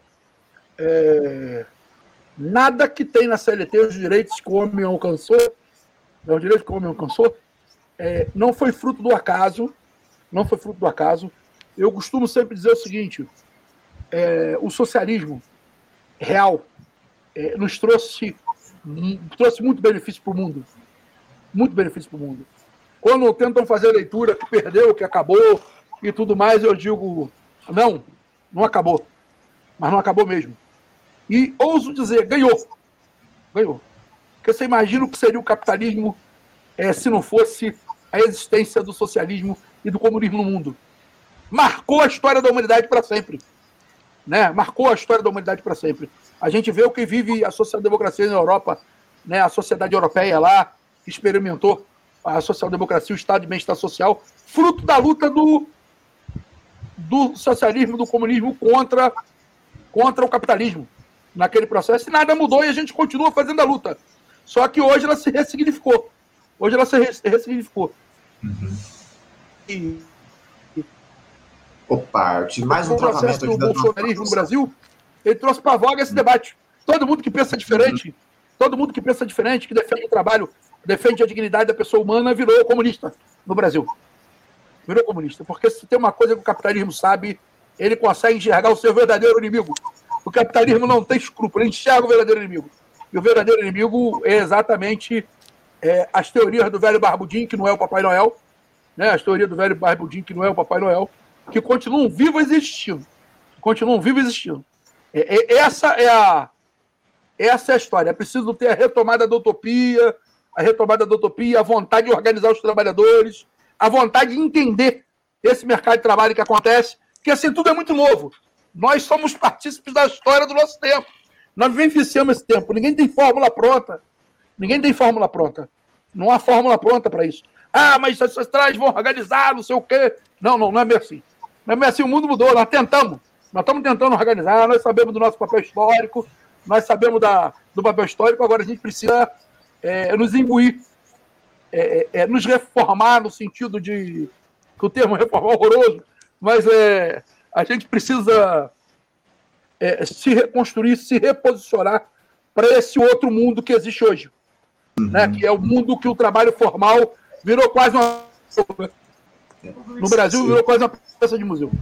Speaker 4: é, nada que tem na C L T, os direitos que o homem alcançou, é o direito que o homem alcançou, é, não foi fruto do acaso, não foi fruto do acaso. Eu costumo sempre dizer o seguinte, é, o socialismo real é, nos trouxe, trouxe muito benefício para o mundo. Muito benefício para o mundo. Quando tentam fazer a leitura que perdeu, que acabou e tudo mais, eu digo, não, não acabou. Mas não acabou mesmo. E ouso dizer, ganhou. Ganhou. Porque você imagina o que seria o capitalismo é, se não fosse a existência do socialismo e do comunismo no mundo. Marcou a história da humanidade para sempre. Né? Marcou a história da humanidade para sempre. A gente vê o que vive a social-democracia na Europa, né? A sociedade europeia lá, que experimentou a social-democracia, o Estado de bem-estar social, fruto da luta do, do socialismo, do comunismo contra, contra o capitalismo. Naquele processo, e nada mudou e a gente continua fazendo a luta. Só que hoje ela se ressignificou. Hoje ela se ressignificou.
Speaker 1: Uhum. E... Opa, eu tive mais um
Speaker 4: o processo do bolsonarismo no Brasil, ele trouxe para a voga esse debate. Todo mundo que pensa diferente, uhum. todo mundo que pensa diferente, que defende o trabalho, defende a dignidade da pessoa humana, virou comunista no Brasil. Virou comunista. Porque se tem uma coisa que o capitalismo sabe, ele consegue enxergar o seu verdadeiro inimigo. O capitalismo não tem escrúpulo, ele enxerga o verdadeiro inimigo. E o verdadeiro inimigo é exatamente é, as teorias do velho Barbudinho, que não é o Papai Noel, né? As teorias do velho Barbudinho, que não é o Papai Noel, que continuam vivos existindo. Continuam vivos existindo. É, é, essa, é a, essa é a história. É preciso ter a retomada da utopia, a retomada da utopia, a vontade de organizar os trabalhadores, a vontade de entender esse mercado de trabalho que acontece, porque assim, tudo é muito novo. Nós somos partícipes da história do nosso tempo. Nós vivenciamos esse tempo. Ninguém tem fórmula pronta. Ninguém tem fórmula pronta. Não há fórmula pronta para isso. Ah, mas as ancestrais vão organizar, não sei o quê. Não, não, não é meio assim. Não é meio assim, o mundo mudou. Nós tentamos. Nós estamos tentando organizar, nós sabemos do nosso papel histórico, nós sabemos da, do papel histórico, agora a gente precisa é, nos imbuir, é, é, nos reformar no sentido de... que o termo reformar é horroroso, mas é... a gente precisa é, se reconstruir, se reposicionar para esse outro mundo que existe hoje. Uhum. Né? Que é o mundo que o trabalho formal virou quase uma... No Brasil, virou quase uma peça de museu.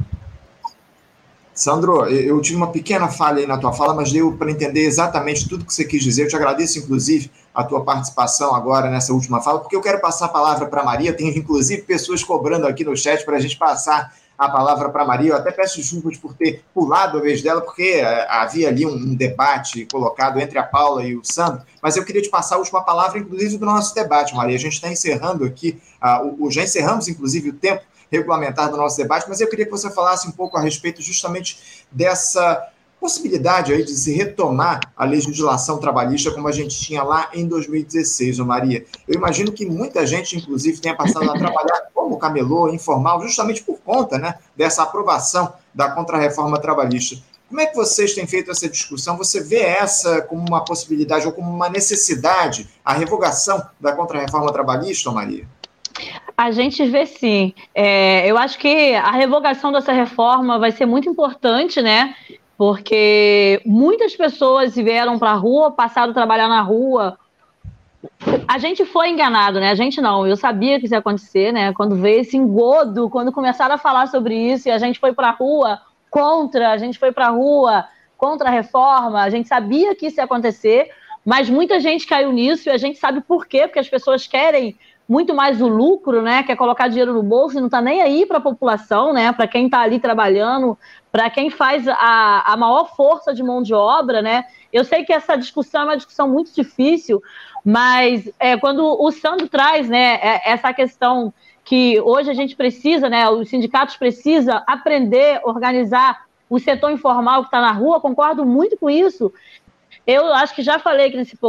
Speaker 1: Sandro, eu tive uma pequena falha aí na tua fala, mas deu para entender exatamente tudo que você quis dizer. Eu te agradeço, inclusive, a tua participação agora nessa última fala, porque eu quero passar a palavra para a Maria. Tem, inclusive, pessoas cobrando aqui no chat para a gente passar a palavra para a Maria. Eu até peço desculpas por ter pulado a vez dela, porque havia ali um, um debate colocado entre a Paula e o Sandro, mas eu queria te passar a última palavra, inclusive, do nosso debate, Maria. A gente está encerrando aqui, uh, o, já encerramos, inclusive, o tempo regulamentar do nosso debate, mas eu queria que você falasse um pouco a respeito justamente dessa possibilidade aí de se retomar a legislação trabalhista como a gente tinha lá em dois mil e dezesseis, ô Maria. Eu imagino que muita gente, inclusive, tenha passado a trabalhar como camelô, informal, justamente por conta, né, dessa aprovação da contrarreforma trabalhista. Como é que vocês têm feito essa discussão? Você vê essa como uma possibilidade ou como uma necessidade, a revogação da contrarreforma trabalhista, ô Maria?
Speaker 2: A gente vê sim. É, eu acho que a revogação dessa reforma vai ser muito importante, né? Porque muitas pessoas vieram para a rua, passaram a trabalhar na rua. A gente foi enganado, né? A gente não. Eu sabia que isso ia acontecer, né? Quando veio esse engodo, quando começaram a falar sobre isso e a gente foi para a rua contra, a gente foi para a rua contra a reforma, a gente sabia que isso ia acontecer, mas muita gente caiu nisso e a gente sabe por quê, porque as pessoas querem muito mais o lucro, né? Quer colocar dinheiro no bolso e não está nem aí para a população, né? Para quem está ali trabalhando, para quem faz a, a maior força de mão de obra, né? Eu sei que essa discussão é uma discussão muito difícil, mas é, quando o Sandro traz, né, essa questão que hoje a gente precisa, né? Os sindicatos precisam aprender, organizar o setor informal que está na rua, concordo muito com isso. Eu acho que já falei aqui nesse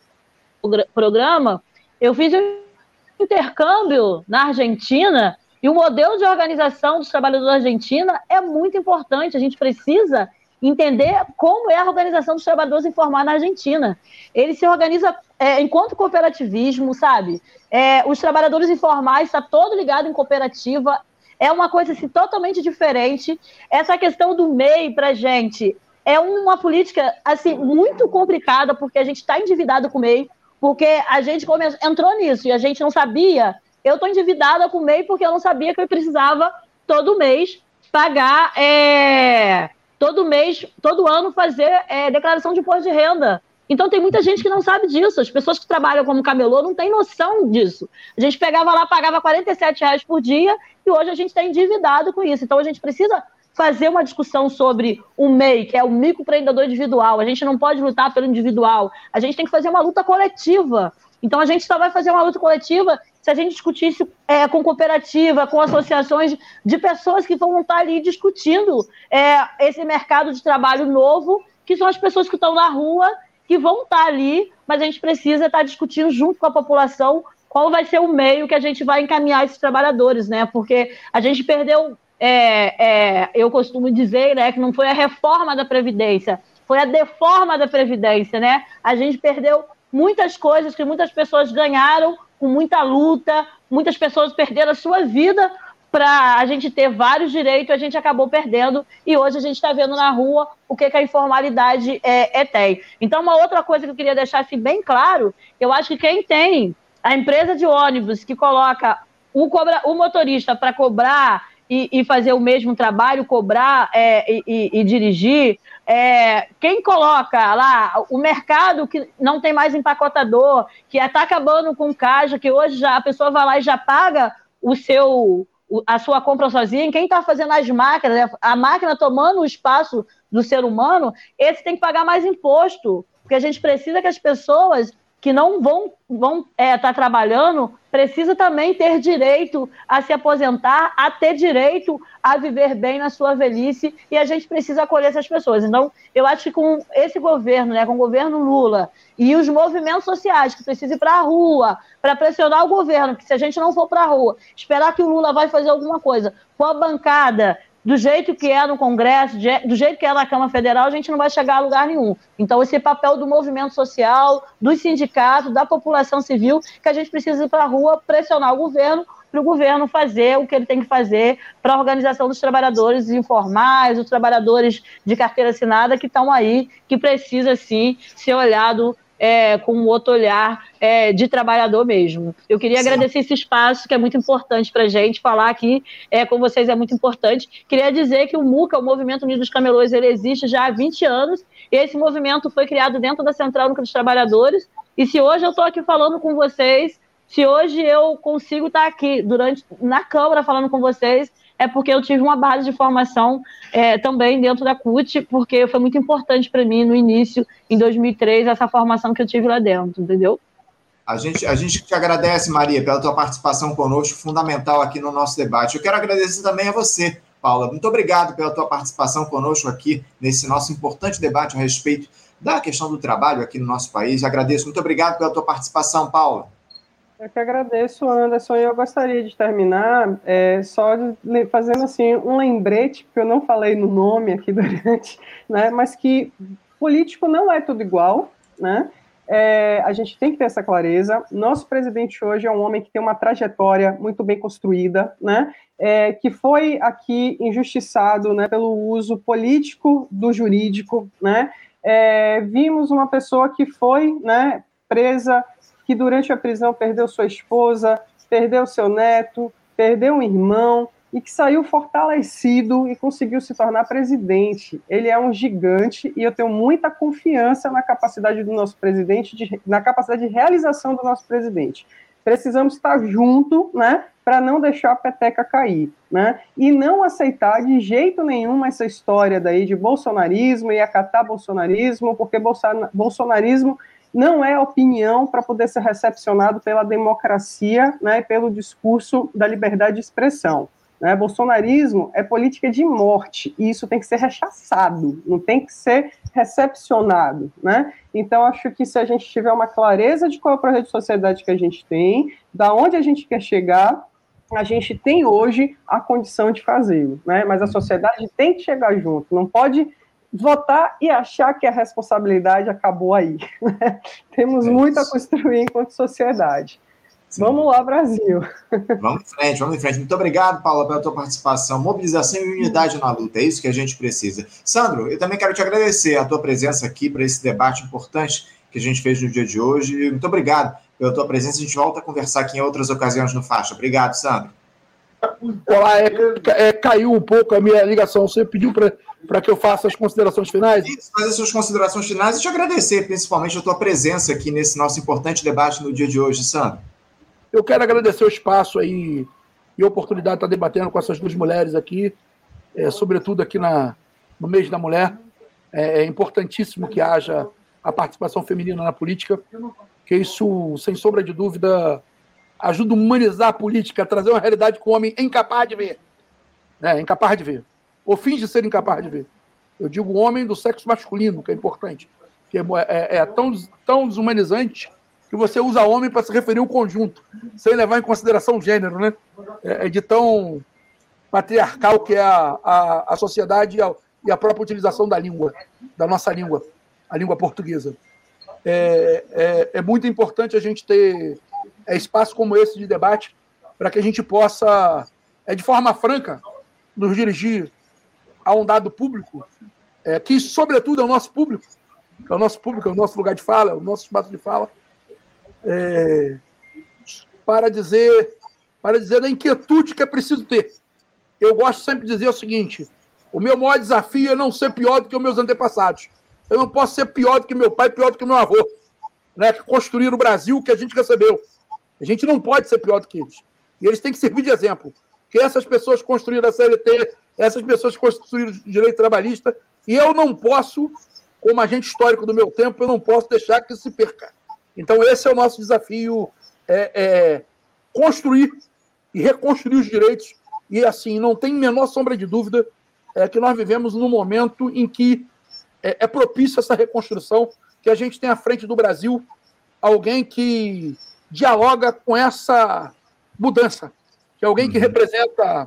Speaker 2: programa, eu fiz um intercâmbio na Argentina e o modelo de organização dos trabalhadores da Argentina é muito importante. A gente precisa entender como é a organização dos trabalhadores informais na Argentina. Ele se organiza é, enquanto cooperativismo, sabe? É, os trabalhadores informais estão todo ligado em cooperativa. É uma coisa assim, totalmente diferente. Essa questão do M E I para a gente é uma política assim, muito complicada, porque a gente está endividado com o M E I, porque a gente come... entrou nisso e a gente não sabia. Eu estou endividada com o M E I porque eu não sabia que eu precisava todo mês pagar, é... todo mês, todo ano fazer é, declaração de imposto de renda. Então tem muita gente que não sabe disso. As pessoas que trabalham como camelô não têm noção disso. A gente pegava lá, pagava quarenta e sete reais por dia e hoje a gente está endividado com isso. Então a gente precisa fazer uma discussão sobre o M E I, que é o microempreendedor individual. A gente não pode lutar pelo individual. A gente tem que fazer uma luta coletiva. Então, a gente só vai fazer uma luta coletiva se a gente discutisse é, com cooperativa, com associações de pessoas que vão estar ali discutindo é, esse mercado de trabalho novo, que são as pessoas que estão na rua, que vão estar ali, mas a gente precisa estar discutindo junto com a população qual vai ser o meio que a gente vai encaminhar esses trabalhadores, né? Porque a gente perdeu... É, é, eu costumo dizer, né, que não foi a reforma da Previdência, foi a deforma da Previdência, né? A gente perdeu muitas coisas que muitas pessoas ganharam com muita luta, muitas pessoas perderam a sua vida para a gente ter vários direitos, a gente acabou perdendo, e hoje a gente está vendo na rua o que, que a informalidade é, é tem. Então, uma outra coisa que eu queria deixar assim, bem claro, eu acho que quem tem a empresa de ônibus que coloca o, cobra, o motorista para cobrar E, e fazer o mesmo trabalho, cobrar é, e, e, e dirigir, é, quem coloca lá o mercado que não tem mais empacotador, que está acabando com caixa, que hoje já, a pessoa vai lá e já paga o seu, a sua compra sozinha, quem está fazendo as máquinas, a máquina tomando o espaço do ser humano, esse tem que pagar mais imposto, porque a gente precisa que as pessoas que não vão vão é, tá trabalhando, precisa também ter direito a se aposentar, a ter direito a viver bem na sua velhice, e a gente precisa acolher essas pessoas. Então, eu acho que com esse governo, né, com o governo Lula, e os movimentos sociais que precisam ir para a rua, para pressionar o governo, que se a gente não for para a rua, esperar que o Lula vai fazer alguma coisa com a bancada, do jeito que é no Congresso, do jeito que é na Câmara Federal, a gente não vai chegar a lugar nenhum. Então, esse papel do movimento social, dos sindicatos, da população civil, que a gente precisa ir para a rua pressionar o governo, para o governo fazer o que ele tem que fazer para a organização dos trabalhadores informais, os trabalhadores de carteira assinada que estão aí, que precisa, sim, ser olhado É, com um outro olhar é, de trabalhador mesmo. Eu queria Sim. agradecer esse espaço, que é muito importante para a gente, falar aqui é, com vocês é muito importante. Queria dizer que o MUCA, o Movimento Unido dos Camelôs, ele existe já há vinte anos, e esse movimento foi criado dentro da Central Única dos Trabalhadores, e se hoje eu estou aqui falando com vocês, se hoje eu consigo estar aqui durante, na Câmara falando com vocês, é porque eu tive uma base de formação é, também dentro da C U T, porque foi muito importante para mim no início, em dois mil e três, essa formação que eu tive lá dentro, entendeu?
Speaker 1: A gente, a gente te agradece, Maria, pela tua participação conosco, fundamental aqui no nosso debate. Eu quero agradecer também a você, Paula. Muito obrigado pela tua participação conosco aqui nesse nosso importante debate a respeito da questão do trabalho aqui no nosso país. Agradeço. Muito obrigado pela tua participação, Paula.
Speaker 3: Eu que agradeço, Anderson, e eu gostaria de terminar é, só de, fazendo assim, um lembrete, porque eu não falei no nome aqui durante, né, mas que político não é tudo igual, né? É, a gente tem que ter essa clareza. Nosso presidente hoje é um homem que tem uma trajetória muito bem construída, né? É, que foi aqui injustiçado, né, pelo uso político do jurídico, né? É, vimos uma pessoa que foi, né, presa, que durante a prisão perdeu sua esposa, perdeu seu neto, perdeu um irmão, e que saiu fortalecido e conseguiu se tornar presidente. Ele é um gigante, e eu tenho muita confiança na capacidade do nosso presidente, de, na capacidade de realização do nosso presidente. Precisamos estar junto, né, para não deixar a peteca cair, né, e não aceitar de jeito nenhum essa história daí de bolsonarismo e acatar bolsonarismo, porque bolsonarismo não é opinião para poder ser recepcionado pela democracia, né, e pelo discurso da liberdade de expressão. Né? Bolsonarismo é política de morte, e isso tem que ser rechaçado, não tem que ser recepcionado. Né? Então, acho que se a gente tiver uma clareza de qual é o projeto de sociedade que a gente tem, da onde a gente quer chegar, a gente tem hoje a condição de fazê-lo. Né? Mas a sociedade tem que chegar junto, não pode votar e achar que a responsabilidade acabou aí. Né? Temos é muito a construir enquanto sociedade. Sim. Vamos lá, Brasil.
Speaker 1: Vamos em frente, vamos em frente. Muito obrigado, Paula, pela tua participação. Mobilização e unidade na luta, é isso que a gente precisa. Sandro, eu também quero te agradecer a tua presença aqui para esse debate importante que a gente fez no dia de hoje. Muito obrigado pela tua presença. A gente volta a conversar aqui em outras ocasiões no Faixa. Obrigado, Sandro.
Speaker 4: Olá, é, é, caiu um pouco a minha ligação. Você pediu para que eu faça as considerações finais?
Speaker 1: Isso, fazer suas considerações finais e te agradecer, principalmente, a tua presença aqui nesse nosso importante debate no dia de hoje, Sandro.
Speaker 4: Eu quero agradecer o espaço aí e a oportunidade de estar debatendo com essas duas mulheres aqui, é, sobretudo aqui na, no mês da mulher. É, é importantíssimo que haja a participação feminina na política, que isso, sem sombra de dúvida, ajuda a humanizar a política, a trazer uma realidade que o homem é incapaz de ver. É, incapaz de ver. Ou finge ser incapaz de ver. Eu digo homem do sexo masculino, que é importante. Que é, é, é tão, tão desumanizante que você usa homem para se referir ao conjunto, sem levar em consideração o gênero, né? É, é de tão patriarcal que é a, a, a sociedade e a, e a própria utilização da língua, da nossa língua, a língua portuguesa. É, é, é muito importante a gente ter é, espaço como esse de debate para que a gente possa, é, de forma franca, nos dirigir a um dado público, é, que, sobretudo, é o nosso público, que é o nosso público, é o nosso lugar de fala, é o nosso espaço de fala, é, para dizer, para dizer da inquietude que é preciso ter. Eu gosto sempre de dizer o seguinte: o meu maior desafio é não ser pior do que os meus antepassados. Eu não posso ser pior do que meu pai, pior do que meu avô, né, que construíram o Brasil que a gente recebeu. A gente não pode ser pior do que eles. E eles têm que servir de exemplo. Que essas pessoas construíram a C L T, essas pessoas construíram o direito trabalhista, e eu não posso, como agente histórico do meu tempo, eu não posso deixar que isso se perca. Então esse é o nosso desafio, é, é construir e reconstruir os direitos. E assim, não tem menor sombra de dúvida é, que nós vivemos num momento em que é, é propício essa reconstrução, que a gente tem à frente do Brasil alguém que dialoga com essa mudança, que é alguém que representa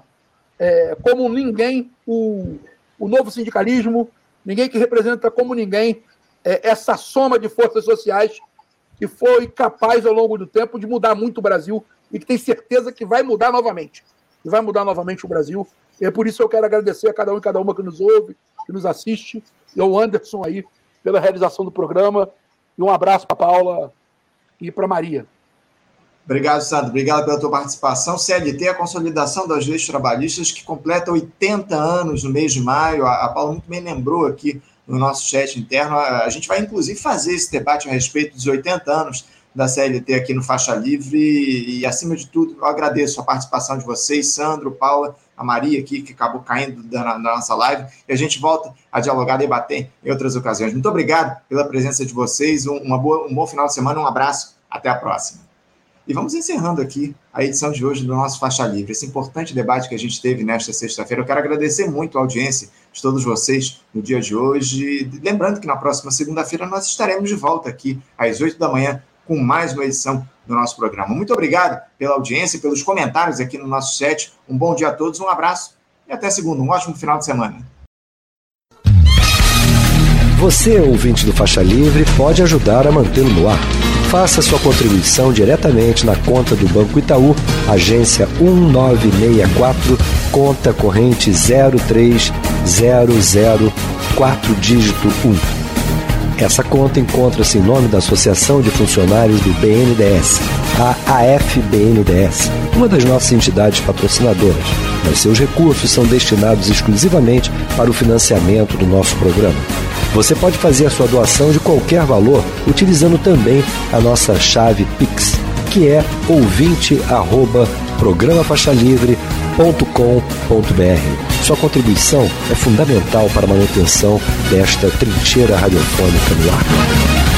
Speaker 4: é, como ninguém o, o novo sindicalismo, ninguém que representa como ninguém é, essa soma de forças sociais que foi capaz ao longo do tempo de mudar muito o Brasil e que tem certeza que vai mudar novamente, que vai mudar novamente o Brasil. E é por isso que eu quero agradecer a cada um e cada uma que nos ouve, que nos assiste, e ao Anderson aí pela realização do programa, e um abraço para a Paula e para a Maria.
Speaker 1: Obrigado, Sandro. Obrigado pela tua participação. C L T, a consolidação das leis trabalhistas, que completa oitenta anos no mês de maio. A Paula muito bem lembrou aqui no nosso chat interno. A gente vai, inclusive, fazer esse debate a respeito dos oitenta anos da C L T aqui no Faixa Livre. E, acima de tudo, eu agradeço a participação de vocês, Sandro, Paula, a Maria aqui, que acabou caindo da, da nossa live. E a gente volta a dialogar, debater em outras ocasiões. Muito obrigado pela presença de vocês. Um, uma boa, um bom final de semana. Um abraço. Até a próxima. E vamos encerrando aqui a edição de hoje do nosso Faixa Livre, esse importante debate que a gente teve nesta sexta-feira. Eu quero agradecer muito a audiência de todos vocês no dia de hoje. Lembrando que na próxima segunda-feira nós estaremos de volta aqui às oito da manhã com mais uma edição do nosso programa. Muito obrigado pela audiência, pelos comentários aqui no nosso chat. Um bom dia a todos, um abraço e até segunda. Um ótimo final de semana.
Speaker 5: Você, ouvinte do Faixa Livre, pode ajudar a mantê-lo no ar. Faça sua contribuição diretamente na conta do Banco Itaú, agência um nove seis quatro, conta corrente zero três zero zero quatro, dígito um. Essa conta encontra-se em nome da Associação de Funcionários do B N D E S, a A F B N D E S, uma das nossas entidades patrocinadoras, mas seus recursos são destinados exclusivamente para o financiamento do nosso programa. Você pode fazer a sua doação de qualquer valor utilizando também a nossa chave Pix, que é ouvinte arroba programa faixa livre ponto com ponto br. Sua contribuição é fundamental para a manutenção desta trincheira radiofônica no ar.